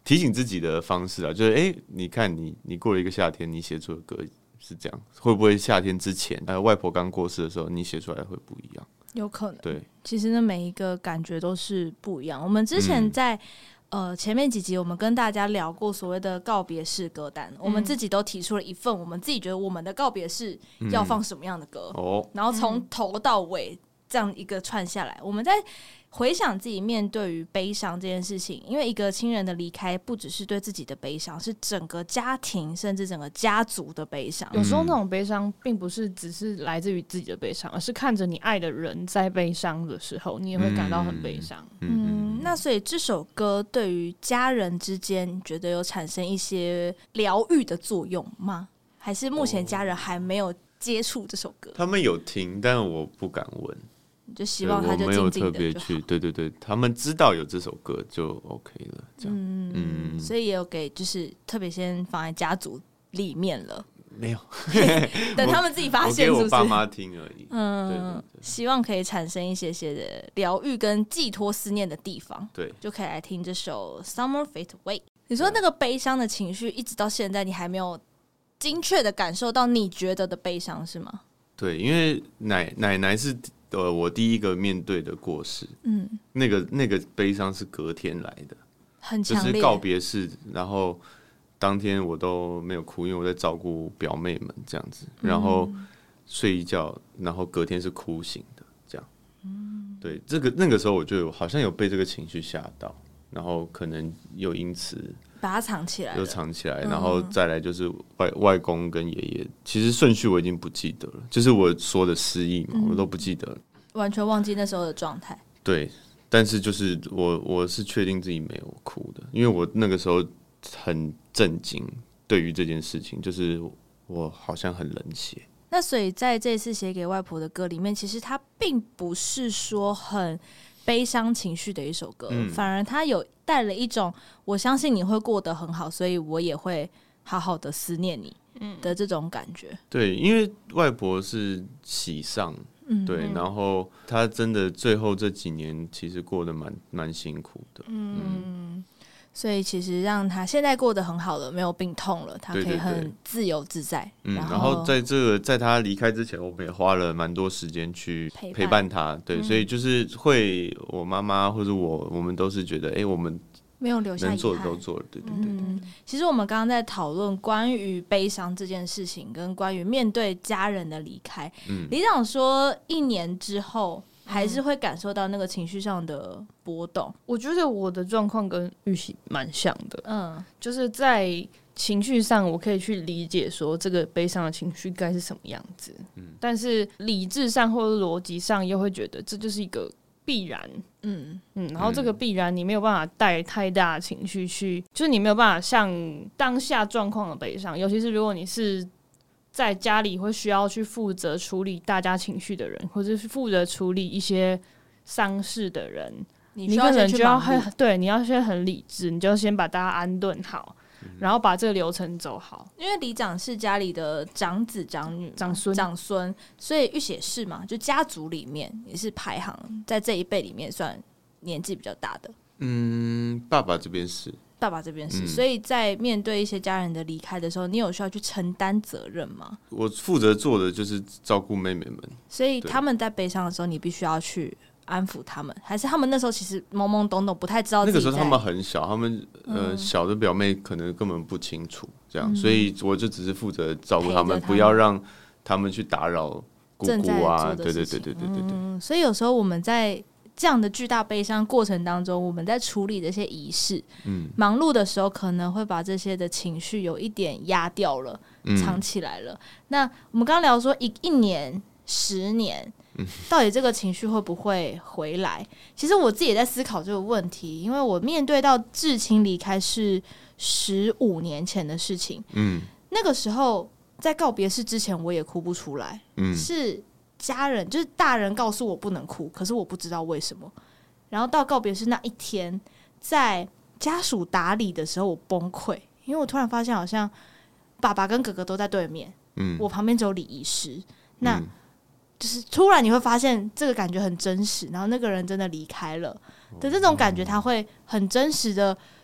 提醒自己的方式啊，就是哎、欸，你看你你过了一个夏天，你写出的歌是这样，会不会夏天之前，呃，外婆刚过世的时候，你写出来会不一样？ 有可能。 对， 其实呢，每一个感觉都是不一样。我们之前在、嗯、呃前面几集，我们跟大家聊过所谓的告别式歌单、嗯，我们自己都提出了一份，我们自己觉得我们的告别式要放什么样的歌，嗯哦、然后从头到尾这样一个串下来，我们在回想自己面对于悲伤这件事情，因为一个亲人的离开不只是对自己的悲伤，是整个家庭甚至整个家族的悲伤。 有时候那种悲伤并不是只是来自于自己的悲伤，而是看着你爱的人在悲伤的时候，你也会感到很悲伤。 嗯，那所以这首歌对于家人之间，你觉得有产生一些疗愈的作用吗？还是目前家人还没有接触这首歌？ 他们有听，但我不敢问。 就希望他就静静的就好， 我没有特别去，对对对，他们知道有这首歌就 OK 了，这样，嗯嗯，所以也有给，就是特别先放在家族里面了， 没有， 等他们自己发现是不是， 我给我爸妈听而已， 嗯， 对对对， 希望可以产生一些些的疗愈跟寄托思念的地方， 对， 就可以来听这首 Summer Fade Away。你说那个悲伤的情绪，一直到现在，你还没有精确的感受到你觉得的悲伤是吗？ 对，因为奶奶奶是。呃，我第一个面对的过世，嗯，那个那个悲伤是隔天来的， 很强烈， 就是告别式，然后当天我都没有哭，因为我在照顾表妹们这样子，然后睡一觉，然后隔天是哭醒的，这样，嗯，对，这个那个时候我就好像有被这个情绪吓到，然后可能又因此把它藏起来了， 又藏起来，然后再来就是外外公跟爷爷，其实顺序我已经不记得了，就是我说的失忆嘛，我都不记得了， 完全忘记那时候的状态。 对，但是就是我我是确定自己没有哭的，因为我那个时候很震惊，对于这件事情，就是我好像很冷血。 那所以在这次写给外婆的歌里面，其实它并不是说很悲伤情绪的一首歌，嗯、反而它有带了一种我相信你会过得很好，所以我也会好好的思念你的这种感觉。 对，因为外婆是喜丧，嗯、对，然后她真的最后这几年其实过得蛮蛮辛苦的，嗯。嗯， 所以其实让他现在过得很好了，没有病痛了，他可以很自由自在。 对对对， 然后， 嗯、然后在这个在他离开之前，我们也花了蛮多时间去陪伴他。对，嗯、所以就是会，我妈妈或者我，我们都是觉得，哎、欸，我们没有留下遗憾， 能做的都做了。对对对对。 嗯，其实我们刚刚在讨论关于悲伤这件事情，跟关于面对家人的离开。嗯，里长说，一年之后。还是会感受到那个情绪上的波动。 我觉得我的状况跟玉玺蛮像的，嗯，就是在情绪上我可以去理解说这个悲伤的情绪该是什么样子，嗯，但是理智上或者逻辑上又会觉得这就是一个必然，嗯嗯，然后这个必然你没有办法带太大的情绪去，就是你没有办法像当下状况的悲伤，尤其是如果你是在家里会需要去负责处理大家情绪的人，或者是负责处理一些丧事的人，你可能就要很对，你要先很理智，你就先把大家安顿好，嗯、然后把这个流程走好。 因为里长是家里的长子、长女、 长孙、 长孙，所以玉玺是嘛，就家族里面也是排行在这一辈里面算年纪比较大的。 嗯，爸爸这边是。 爸爸这边是、嗯，所以在面对一些家人的离开的时候，你有需要去承担责任吗？ 我负责做的就是照顾妹妹们， 所以他们在悲伤的时候，你必须要去安抚他们，还是他们那时候其实懵懵懂懂，不太知道自己在。 那个时候他们很小，他们呃、嗯、小的表妹可能根本不清楚，这样，嗯、所以我就只是负责照顾他们，不要让他们去打扰姑姑啊，对对对对对对对。 嗯，所以有时候我们在这样的巨大悲伤过程当中，我们在处理这些仪式，嗯，忙碌的时候可能会把这些的情绪有一点压掉了，嗯、藏起来了。那我们刚刚聊说一一年、十年，嗯，到底这个情绪会不会回来？其实我自己也在思考这个问题，因为我面对到至亲离开是十五年前的事情，嗯，那个时候在告别式之前我也哭不出来，嗯，是。家人就是大人告诉我不能哭，可是我不知道为什么。然后到告别式那一天，在家属打理的时候，我崩溃，因为我突然发现好像爸爸跟哥哥都在对面，嗯，我旁边只有礼仪师。那、嗯、就是突然你会发现这个感觉很真实，然后那个人真的离开了的这种感觉，他会很真实的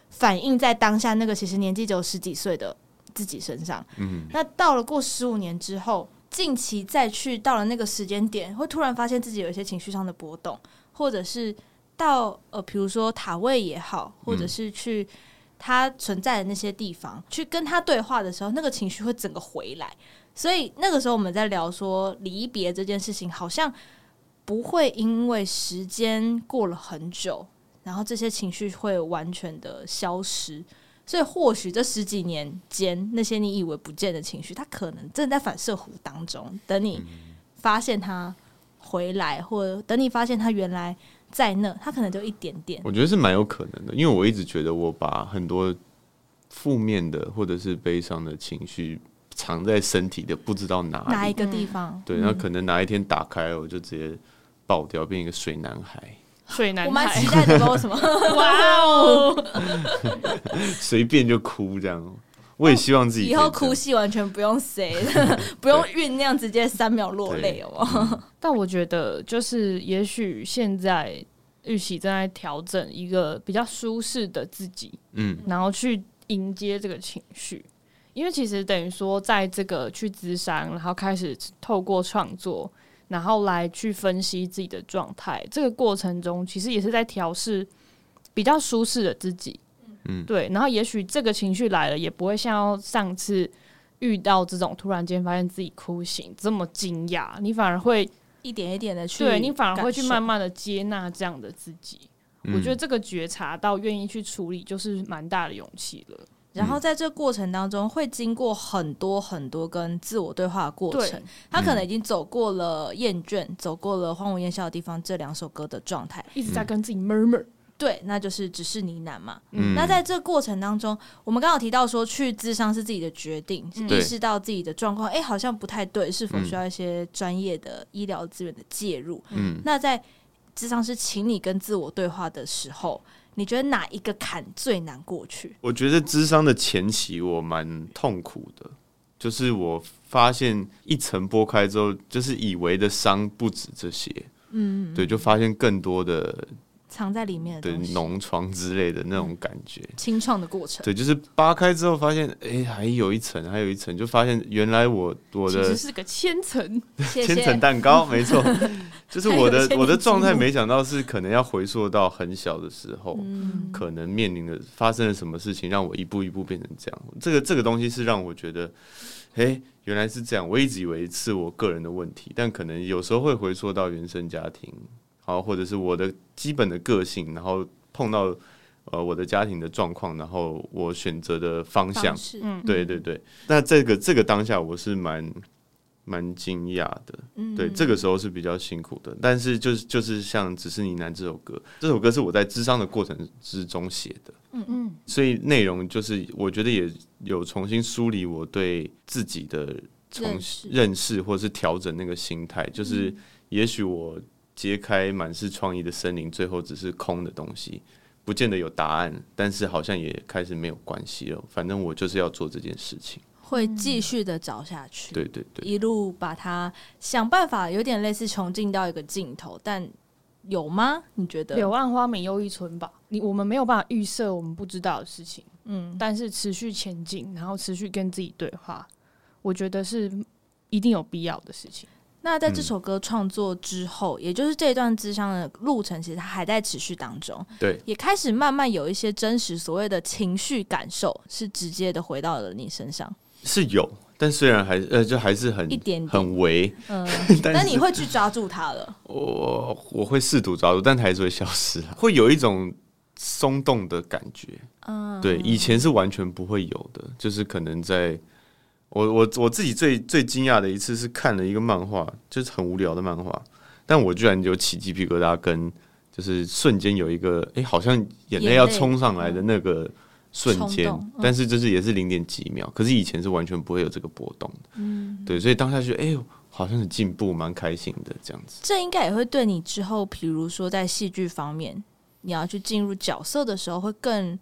反映在当下那个其实年纪只有十几岁的自己身上。嗯，那到了过十五年之后，近期再去到了那个时间点，会突然发现自己有一些情绪上的波动，或者是到呃，比如说塔位也好，或者是去他存在的那些地方、嗯、去跟他对话的时候，那个情绪会整个回来。所以那个时候我们在聊说离别这件事情，好像不会因为时间过了很久，然后这些情绪会完全的消失。所以或许这十几年间，那些你以为不见的情绪，它可能正在反射弧当中，等你发现它回来，或者等你发现它原来在那，它可能就一点点。 我觉得是蛮有可能的，因为我一直觉得我把很多负面的或者是悲伤的情绪藏在身体的不知道哪里哪一个地方。 对，那可能哪一天打开我就直接爆掉，变一个水男孩。 水男孩， 我蛮期待的，不知道为什么。 哇哦， 随便就哭这样。我也希望自己以后哭戏完全不用塞，不用酝酿，直接三秒落泪哦、 嗯。但我觉得，就是也许现在玉玺正在调整一个比较舒适的自己，嗯，然后去迎接这个情绪。因为其实等于说，在这个去咨商，然后开始透过创作。然后来去分析自己的状态，这个过程中其实也是在调试比较舒适的自己，嗯，对。然后也许这个情绪来了，也不会像上次遇到这种突然间发现自己哭醒这么惊讶，你反而会一点一点的去， 对你反而会去慢慢的接纳这样的自己。嗯、我觉得这个觉察到愿意去处理，就是蛮大的勇气了。 然后在这个过程当中会经过很多很多跟自我对话的过程，他可能已经走过了厌倦、嗯、走过了荒芜烟消的地方这两首歌的状态， 一直在跟自己 murmur、嗯、 对，那就是只是呢喃嘛、嗯、那在这个过程当中，我们刚刚有提到说去諮商是自己的决定、嗯、意识到自己的状况哎，好像不太对，是否需要一些专业的医疗资源的介入、嗯、那在諮商是请你跟自我对话的时候，你觉得哪一个坎最难过去？ 我觉得諮商的前期我蛮痛苦的，就是我发现一层剥开之后，就是以为的伤不止这些，嗯，对，就发现更多的藏在里面的东西， 对，脓疮之类的那种感觉， 清创的过程。 对，就是扒开之后发现，哎、欸，还有一层，还有一层，就发现原来我我的其实是个千层， 千层蛋糕，没错，就是我的我的状态，没想到是可能要回溯到很小的时候，嗯、可能面临的发生了什么事情，让我一步一步变成这样。这个这个东西是让我觉得，哎、欸，原来是这样。我一直以为是我个人的问题，但可能有时候会回溯到原生家庭。好，或者是我的基本的个性，然后碰到呃我的家庭的状况，然后我选择的方向， 嗯， 对对对。那这个这个当下我是蛮蛮惊讶的，嗯，对，这个时候是比较辛苦的。但是就是就是像《只是呢喃》这首歌，这首歌是我在諮商的过程之中写的，嗯嗯，所以内容就是我觉得也有重新梳理我对自己的重认识，或者是调整那个心态，就是也许我。揭开满是创意的森林，最后只是空的东西，不见得有答案，但是好像也开始没有关系了。反正我就是要做这件事情， 会继续的找下去。 对对对， 一路把它想办法，有点类似穷尽到一个尽头，但有吗？你觉得？ 柳暗花明又一村吧。你我们没有办法预设我们不知道的事情，嗯，但是持续前进，然后持续跟自己对话，我觉得是一定有必要的事情。 那在这首歌创作之后、嗯、也就是这一段諮商的路程其实它还在持续当中， 对， 也开始慢慢有一些真实所谓的情绪感受是直接的回到了你身上， 是有，但虽然还呃就还是很一点点很微，嗯， 但你会去抓住它了， 我我会试图抓住，但它还是会消失，会有一种松动的感觉，嗯，对，以前是完全不会有的，就是可能在我我我自己最最惊讶的一次是看了一个漫画，就是很无聊的漫画，但我居然有起鸡皮疙瘩，跟就是瞬间有一个哎、欸，好像眼泪要冲上来的那个瞬间、嗯，但是就是也是零点几秒，可是以前是完全不会有这个波动的，嗯，对，所以当下觉得哎呦，好像是进步，蛮开心的这样子。 这应该也会对你之后，比如说在戏剧方面，你要去进入角色的时候，会更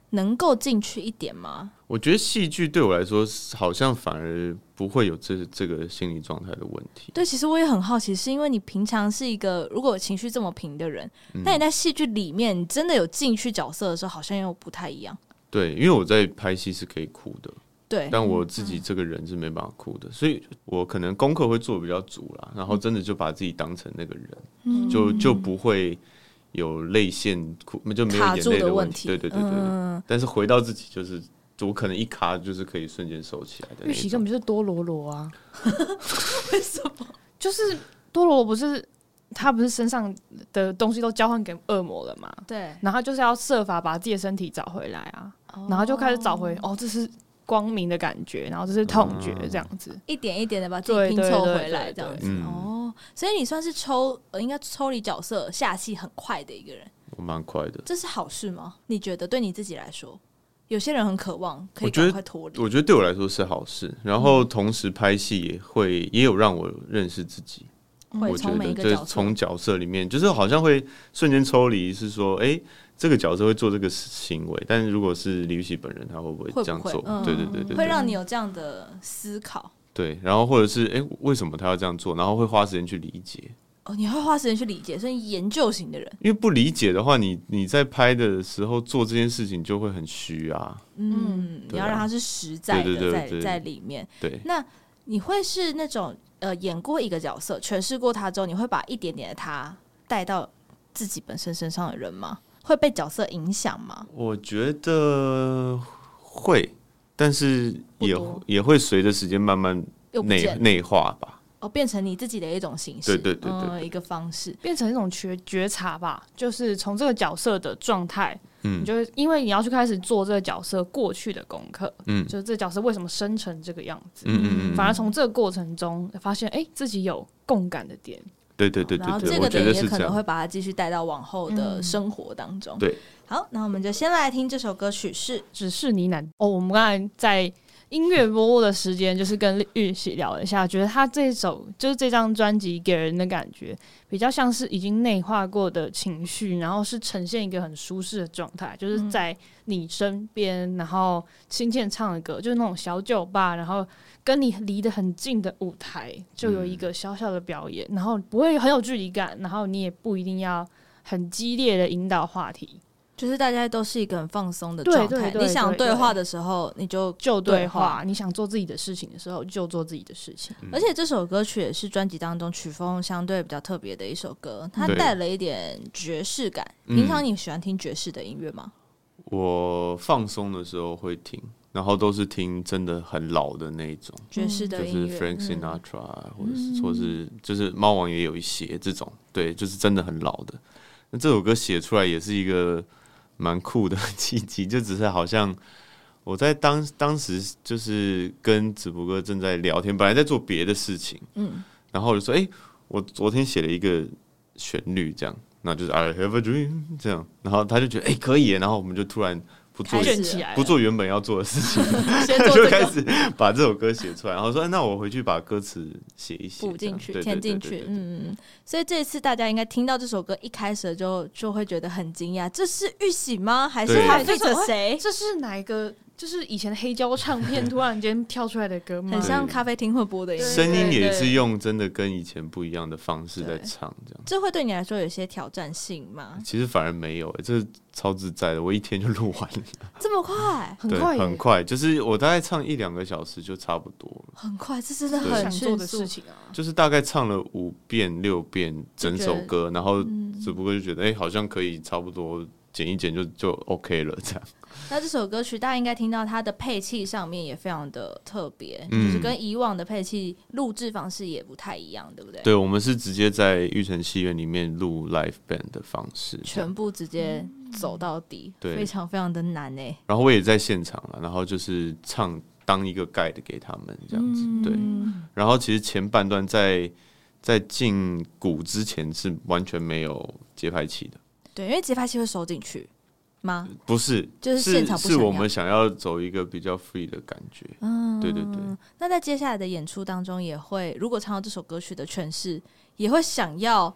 能够进去一点吗？ 我觉得戏剧对我来说，好像反而不会有这这个心理状态的问题。 对，其实我也很好奇，是因为你平常是一个如果情绪这么平的人，嗯、但你在戏剧里面，你真的有进去角色的时候，好像又不太一样。 对，因为我在拍戏是可以哭的， 对， 但我自己这个人是没办法哭的，嗯、所以我可能功课会做得比较足啦，然后真的就把自己当成那个人，嗯、就就不会有泪腺哭，就没有眼泪的问题。对对对对对。嗯、但是回到自己就是。我可能一卡就是可以瞬间收起来的。 玉玺根本就是多罗罗啊！ 为什么？ 就是多罗罗不是他不是身上的东西都交换给恶魔了嘛？ 对。 然后就是要设法把自己的身体找回来啊，哦、然后就开始找回哦，这是光明的感觉，然后这是痛觉，这样子、嗯、 一点一点的把自己拼凑回来，这样子。哦，所以你算是抽呃，应该抽离角色下戏很快的一个人。 我蛮快的。 这是好事吗？你觉得对你自己来说？有些人很渴望可以赶快脱离， 我觉得对我来说是好事。然后同时拍戏也会也有让我认识自己。 会从每一个角色， 从角色里面，就是好像会瞬间抽离，是说，哎、欸，这个角色会做这个行为，但是如果是李玉玺本人，他会不会这样做？ 嗯、 对对对 对, 对， 会让你有这样的思考。 对，然后或者是哎、欸，为什么他要这样做？然后会花时间去理解。 哦，你会花时间去理解，所以研究型的人， 因为不理解的话，你你在拍的时候做这件事情就会很虚啊。 嗯，你要让它是实在的，对对对对对，在在里面。 对， 那你会是那种呃，演过一个角色，诠释过他之后，你会把一点点的他带到自己本身身上的人吗？会被角色影响吗？ 我觉得会，但是也也会随着时间慢慢内内化吧。 哦，变成你自己的一种形式， 对对对 对, 对、 嗯，一个方式， 变成一种觉觉察吧，就是从这个角色的状态，嗯，你就因为你要去开始做这个角色过去的功课，嗯，就是这个角色为什么生成这个样子，嗯嗯嗯，反而从这个过程中发现，哎、欸，自己有共感的点， 对对对对， 然后这个点也可能会把它继续带到往后的生活当中，嗯、 对。 好，那我们就先来听这首歌曲是《 只是呢喃》哦，我们刚才在。音乐播播的时间，就是跟玉玺聊了一下，觉得他这首就是这张专辑给人的感觉，比较像是已经内化过的情绪，然后是呈现一个很舒适的状态，就是在你身边，然后轻轻唱的歌，就是那种小酒吧，然后跟你离得很近的舞台，就有一个小小的表演，然后不会很有距离感，然后你也不一定要很激烈的引导话题。 就是大家都是一个很放松的状态，对对对对对，你想对话的时候你就就对话，你想做自己的事情的时候就做自己的事情。 嗯、而且这首歌曲也是专辑当中曲风相对比较特别的一首歌，它带了一点爵士感。平常你喜欢听爵士的音乐吗？ 我放松的时候会听，然后都是听真的很老的那种爵士的音乐， 就是 Frank Sinatra，、嗯、或者是或是就是猫王也有一些这种，对，就是真的很老的。那这首歌写出来也是一个蛮酷的契机，就只是好像我在当当时就是跟子博哥正在聊天，本来在做别的事情，嗯，然后我就说，哎、欸，我昨天写了一个旋律，这样，那就是 I have a dream 这样，然后他就觉得，哎、欸，可以耶，然后我们就突然不做不做原本要做的事情，就开始把这首歌写出来，然后说，那我回去把歌词写一写， 补进去，填进去，嗯，所以这一次大家应该听到这首歌一开始就就会觉得很惊讶，这是玉玺吗？还是他 feat 谁？ 这是哪一个？就是以前的黑胶唱片突然间跳出来的歌吗？ 很像咖啡厅会播的音乐， 声音也是用真的跟以前不一样的方式在唱，这样。 这会对你来说有些挑战性吗？ 其实反而没有、欸，这超自在的，我一天就录完了， 这么快？ 很快， 很快，就是我大概唱一两个小时就差不多了， 很快，这真的很想做的事情啊。 就是大概唱了五遍六遍整首歌，然后只不过就觉得，哎、欸，好像可以差不多。剪一剪就就 OK 了，这样。 那这首歌曲大家应该听到它的配器上面也非常的特别、嗯，就是跟以往的配器录制方式也不太一样，对不对？ 对，我们是直接在玉成戏院里面录 live band 的方式， 全部直接走到底，嗯、非常非常的难哎。 然后我也在现场了，然后就是唱当一个 guide 给他们这样子，嗯、对。然后其实前半段在在进鼓之前是完全没有节拍器的。 对，因为节拍器会收进去吗？ 不是， 就是现场不想要， 是我们想要走一个比较 free 的感觉。嗯，对对对。 那在接下来的演出当中，也会如果唱到这首歌曲的诠释，也会想要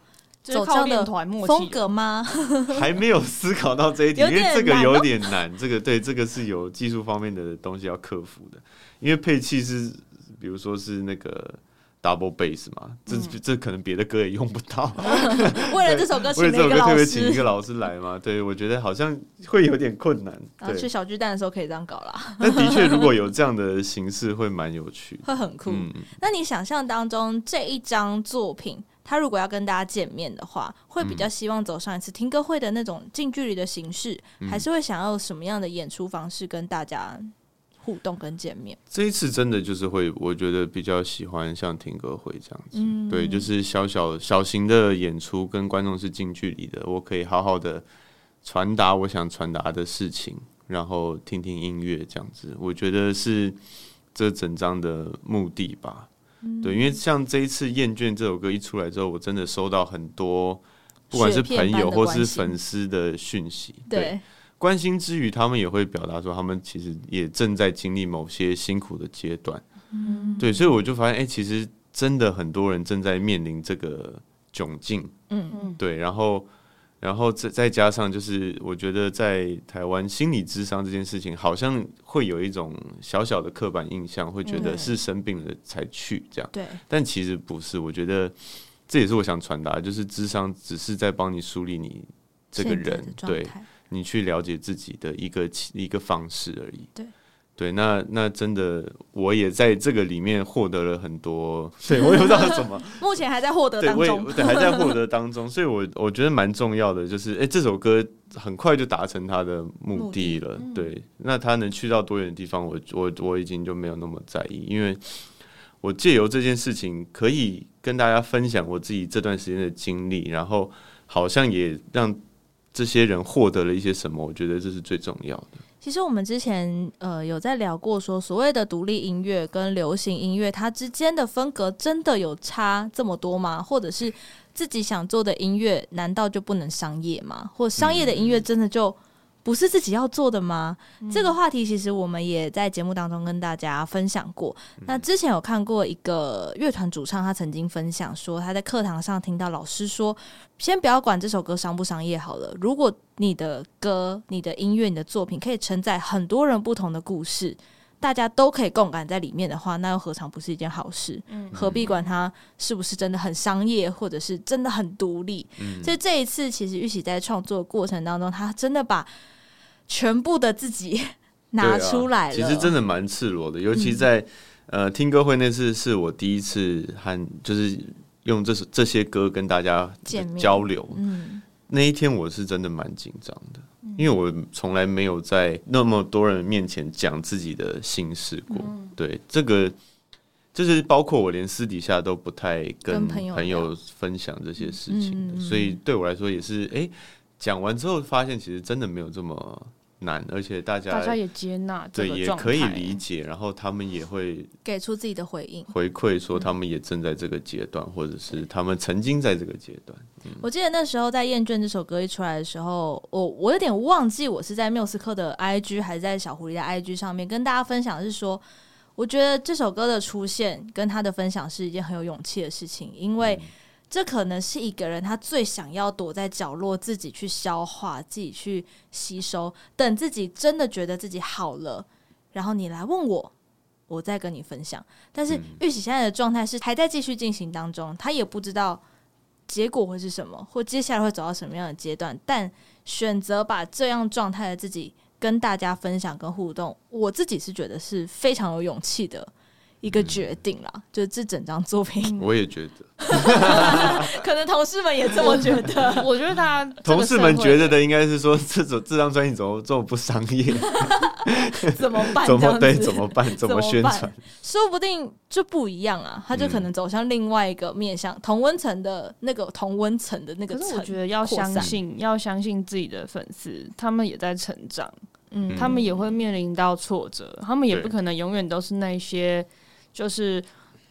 走这样的风格吗？ 还没有思考到这一点，因为这个有点难。这个对，这个是有技术方面的东西要克服的。因为配器是，比如说是那个 double bass 嘛，这、嗯、这可能别的歌也用不到。 为了这首歌请了一个老师， 为了这首歌特别请一个老师来嘛。对，我觉得好像会有点困难。 然后去小巨蛋的时候可以这样搞啦。 但的确，如果有这样的形式，会蛮有趣的， 会很酷。嗯、那你想象当中这一张作品，他如果要跟大家见面的话，会比较希望走上一次听歌会的那种近距离的形式，嗯、还是会想要什么样的演出方式跟大家互动跟见面？ 这一次真的就是会，我觉得比较喜欢像听歌会这样子，嗯、对，就是小小小型的演出，跟观众是近距离的，我可以好好的传达我想传达的事情，然后听听音乐这样子，我觉得是这整张的目的吧。对，因为像这一次《厌倦》这首歌一出来之后，我真的收到很多不管是朋友或是粉丝的讯息，对，关心之余，他们也会表达说，他们其实也正在经历某些辛苦的阶段，嗯，对，所以我就发现，哎、欸，其实真的很多人正在面临这个窘境，嗯嗯，对，然后。然后再加上就是，我觉得在台湾心理諮商这件事情，好像会有一种小小的刻板印象，会觉得是生病了才去这样。对，但其实不是。我觉得这也是我想传达的，就是諮商只是在帮你梳理你这个人，对，你去了解自己的一个一个方式而已。对。对，那那真的，我也在这个里面获得了很多，对我也不知道怎么， 目前还在获得当中， 对，对还在获得当中，所以我我觉得蛮重要的，就是，哎、欸，这首歌很快就达成它的目的了，嗯、对，那它能去到多远的地方，我我我已经就没有那么在意，因为我借由这件事情可以跟大家分享我自己这段时间的经历，然后好像也让这些人获得了一些什么，我觉得这是最重要的。 其实我们之前呃有在聊过说，所谓的独立音乐跟流行音乐，它之间的分隔真的有差这么多吗？或者是自己想做的音乐，难道就不能商业吗？或商业的音乐真的就不是自己要做的吗？嗯、这个话题其实我们也在节目当中跟大家分享过。嗯、那之前有看过一个乐团主唱，他曾经分享说，他在课堂上听到老师说，先不要管这首歌商不商业好了，如果你的歌、你的音乐、你的作品可以承载很多人不同的故事，大家都可以共感在里面的话，那又何尝不是一件好事？嗯、何必管它是不是真的很商业，或者是真的很独立？嗯、所以这一次，其实玉玺在创作的过程当中，他真的把全部的自己拿出来了。 啊、其实真的蛮赤裸的，尤其在、嗯、呃听歌会那次，是我第一次和就是用这这些歌跟大家交流。嗯，那一天我是真的蛮紧张的。因为我从来没有在那么多人面前讲自己的心事过，嗯、对这个就是包括我连私底下都不太跟朋友分享这些事情的，嗯、所以对我来说也是，哎、欸，讲完之后发现其实真的没有这么难，而且大家大家也接纳这个状态， 对，也可以理解，然后他们也会给出自己的回应， 回馈说他们也正在这个阶段，嗯、或者是他们曾经在这个阶段。嗯、 我记得那时候在《厌倦》这首歌一出来的时候，我我有点忘记我是在缪斯克的 I G 还是在小狐狸的 I G 上面跟大家分享的是说，我觉得这首歌的出现跟他的分享是一件很有勇气的事情，因为这可能是一个人他最想要躲在角落自己去消化自己去吸收，等自己真的觉得自己好了，然后你来问我，我再跟你分享。但是玉玺现在的状态是还在继续进行当中，他也不知道结果会是什么，或接下来会走到什么样的阶段，但选择把这样状态的自己跟大家分享跟互动，我自己是觉得是非常有勇气的一个决定啦，嗯、就是这整张作品， 我也觉得， 可能同事们也这么觉得。 我觉得大家同事们觉得的应该是说，这种这张专辑怎么这么不商业？ 怎么办？ 怎么对？怎么办？怎么宣传？ 说不定就不一样啊，他就可能走向另外一个面向，同温层的那个同温层的那个层。 可是我觉得要相信，要相信自己的粉丝，他们也在成长，嗯，他们也会面临到挫折，他们也不可能永远都是那些。就是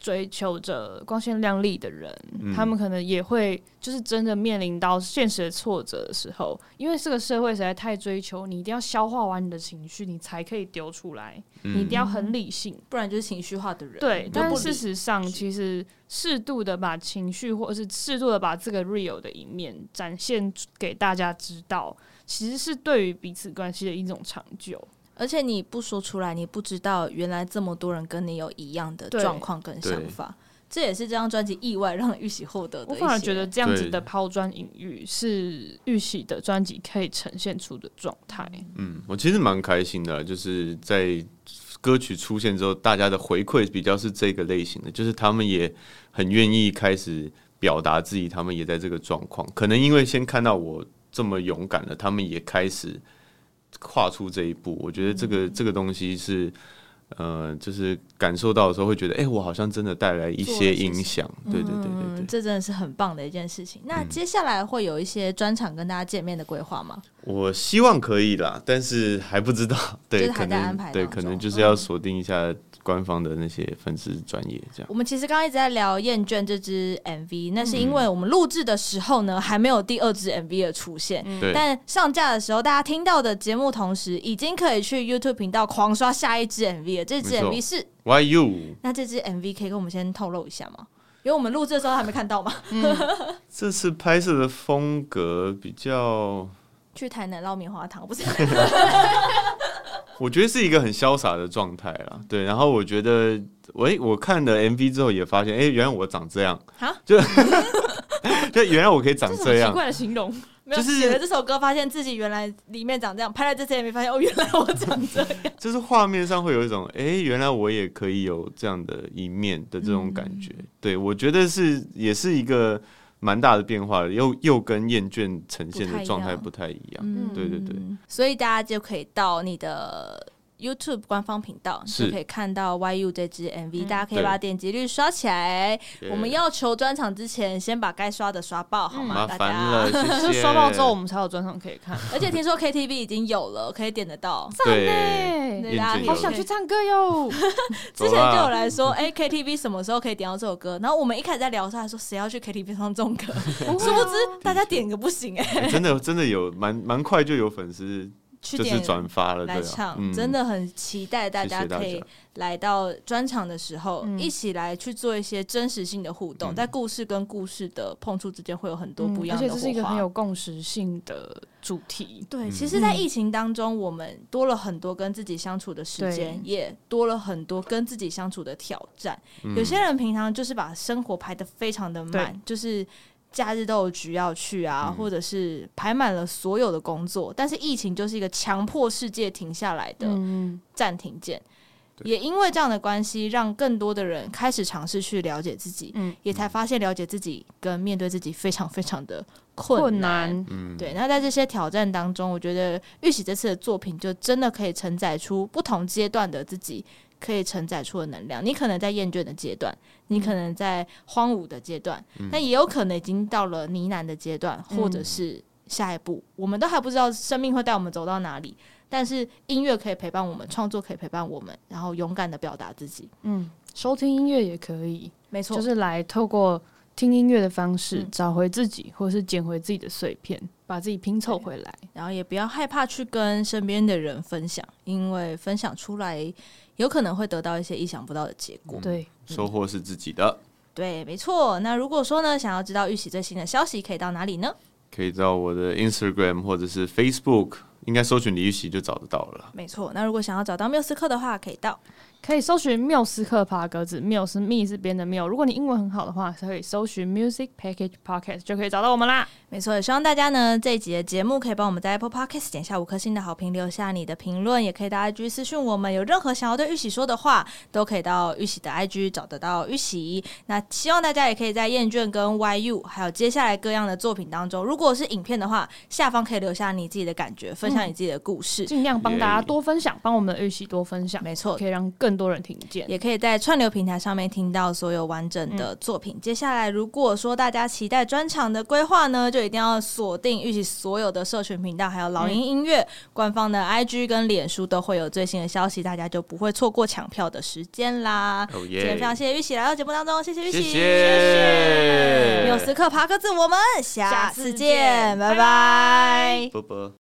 追求着光鲜亮丽的人、 嗯， 他们可能也会就是真的面临到现实的挫折的时候，因为这个社会实在太追求你一定要消化完你的情绪，你才可以丢出来、嗯，你一定要很理性， 不然就是情绪化的人。 对，但事实上，其实适度的把情绪，或者是适度的把这个 real 的一面展现给大家知道，其实是对于彼此关系的一种长久。 而且你不说出来，你不知道原来这么多人跟你有一样的状况跟想法，这也是这张专辑意外让玉玺获得的一些。 我反而觉得这样子的抛砖引玉是玉玺的专辑可以呈现出的状态。 嗯，我其实蛮开心的，就是在歌曲出现之后，大家的回馈比较是这个类型的，就是他们也很愿意开始表达自己，他们也在这个状况。可能因为先看到我这么勇敢了，他们也开始跨出这一步。我觉得这个、嗯、这个东西是，呃，就是感受到的时候会觉得，哎、欸，我好像真的带来一些影响。对对对对对、 嗯，这真的是很棒的一件事情。那接下来会有一些专场跟大家见面的规划吗？ 我希望可以啦，但是还不知道。对， 就是还在安排当中， 对，可能就是要锁定一下官方的那些粉丝专业这样。 我们其实刚刚一直在聊《厌倦》这支 M V， 那是因为我们录制的时候呢，还没有第二支 M V 的出现、嗯。但上架的时候，大家听到的节目同时，已经可以去 YouTube 频道狂刷下一支 M V 了。这支 M V 是 Y U。 那这支 M V 可以跟我们先透露一下吗？因为我们录制的时候还没看到嘛。嗯、 这次拍摄的风格比较。 去台南捞棉花糖不是？ 我觉得是一个很潇洒的状态啦，对。然后我觉得，喂，我看了 M V 之后也发现，哎、欸，原来我长这样，就就原来我可以长这样， 奇怪的形容。 就是写了这首歌，发现自己原来里面长这样，拍了这次 M V 发现，哦，原来我长这样。 就是画面上会有一种，哎、欸，原来我也可以有这样的一面的这种感觉。嗯、对，我觉得是也是一个。蛮大的变化，又又跟厌倦呈现的状态不太一样。嗯，对对对， 所以大家就可以到你的 YouTube 官方频道，就可以看到 Y U 这支 M V，、嗯、大家可以把点击率刷起来。我们要求专场之前，先把该刷的刷爆，好吗？ 麻烦了，谢谢。 刷爆之后，我们才有专场可以看。 而且听说 K T V 已经有了，可以点得到。 对，对大家好想去唱歌哟。 之前就有来说，哎、欸、，K T V 什么时候可以点到这首歌？然后我们一开始在聊的时候还说，谁要去 K T V 唱这种歌？殊不知大家点个不行哎、欸。 真的真的有蛮蛮快就有粉丝。就是转发了， 来唱、嗯，真的很期待大家可以来到专场的时候、嗯，一起来去做一些真实性的互动，嗯、在故事跟故事的碰触之间会有很多不一样的火花、嗯，而且这是一个很有共识性的主题。 对，其实，在疫情当中，我们多了很多跟自己相处的时间，也多了很多跟自己相处的挑战。嗯、有些人平常就是把生活排得非常的满，就是假日都有局要去啊、嗯，或者是排满了所有的工作，但是疫情就是一个强迫世界停下来的暂停键、嗯。也因为这样的关系，让更多的人开始尝试去了解自己、嗯，也才发现了解自己跟面对自己非常非常的困难。困难嗯、对，那在这些挑战当中，我觉得玉玺这次的作品就真的可以承载出不同阶段的自己。可以承载出的能量，你可能在厌倦的阶段，你可能在荒芜的阶段，那、嗯、也有可能已经到了呢喃的阶段，或者是下一步，我们都还不知道生命会带我们走到哪里。但是音乐可以陪伴我们，创作可以陪伴我们，然后勇敢的表达自己。 嗯，收听音乐也可以， 没错， 就是来透过听音乐的方式、嗯、找回自己，或是捡回自己的碎片，把自己拼凑回来。 然后也不要害怕去跟身边的人分享，因为分享出来有可能会得到一些意想不到的结果。 对、 嗯，收获是自己的。 对，没错。那如果说呢，想要知道玉玺最新的消息，可以到哪里呢？ 可以到我的 Instagram 或者是 Facebook， 应该搜寻李玉玺就找得到了。 没错。那如果想要找到缪斯克的话，可以到可以搜寻缪斯克爬格子，缪是密是边的缪。如果你英文很好的话，可以搜寻 Music Package Podcast 就可以找到我们啦。 没错，也希望大家呢这一集的节目可以帮我们在 Apple Podcast 点下五颗星的好评，留下你的评论，也可以到 I G 私讯我们，有任何想要对玉玺说的话，都可以到玉玺的 I G 找得到玉玺。那希望大家也可以在厌倦跟 Y U 还有接下来各样的作品当中，如果是影片的话，下方可以留下你自己的感觉，分享你自己的故事， 尽量帮大家多分享，帮我们的玉玺多分享， 没错， 可以让更更多人听见， 也可以在串流平台上面听到所有完整的作品。嗯、接下来，如果说大家期待专场的规划呢，就一定要锁定预期所有的社群频道，还有老鹰音乐、嗯、官方的 I G 跟脸书都会有最新的消息，大家就不会错过抢票的时间啦。Oh、yeah, 今天非常谢谢玉喜来到节目当中，谢谢玉喜， 谢谢。 纽斯克爬格子，我们下次见，拜拜， 啵啵。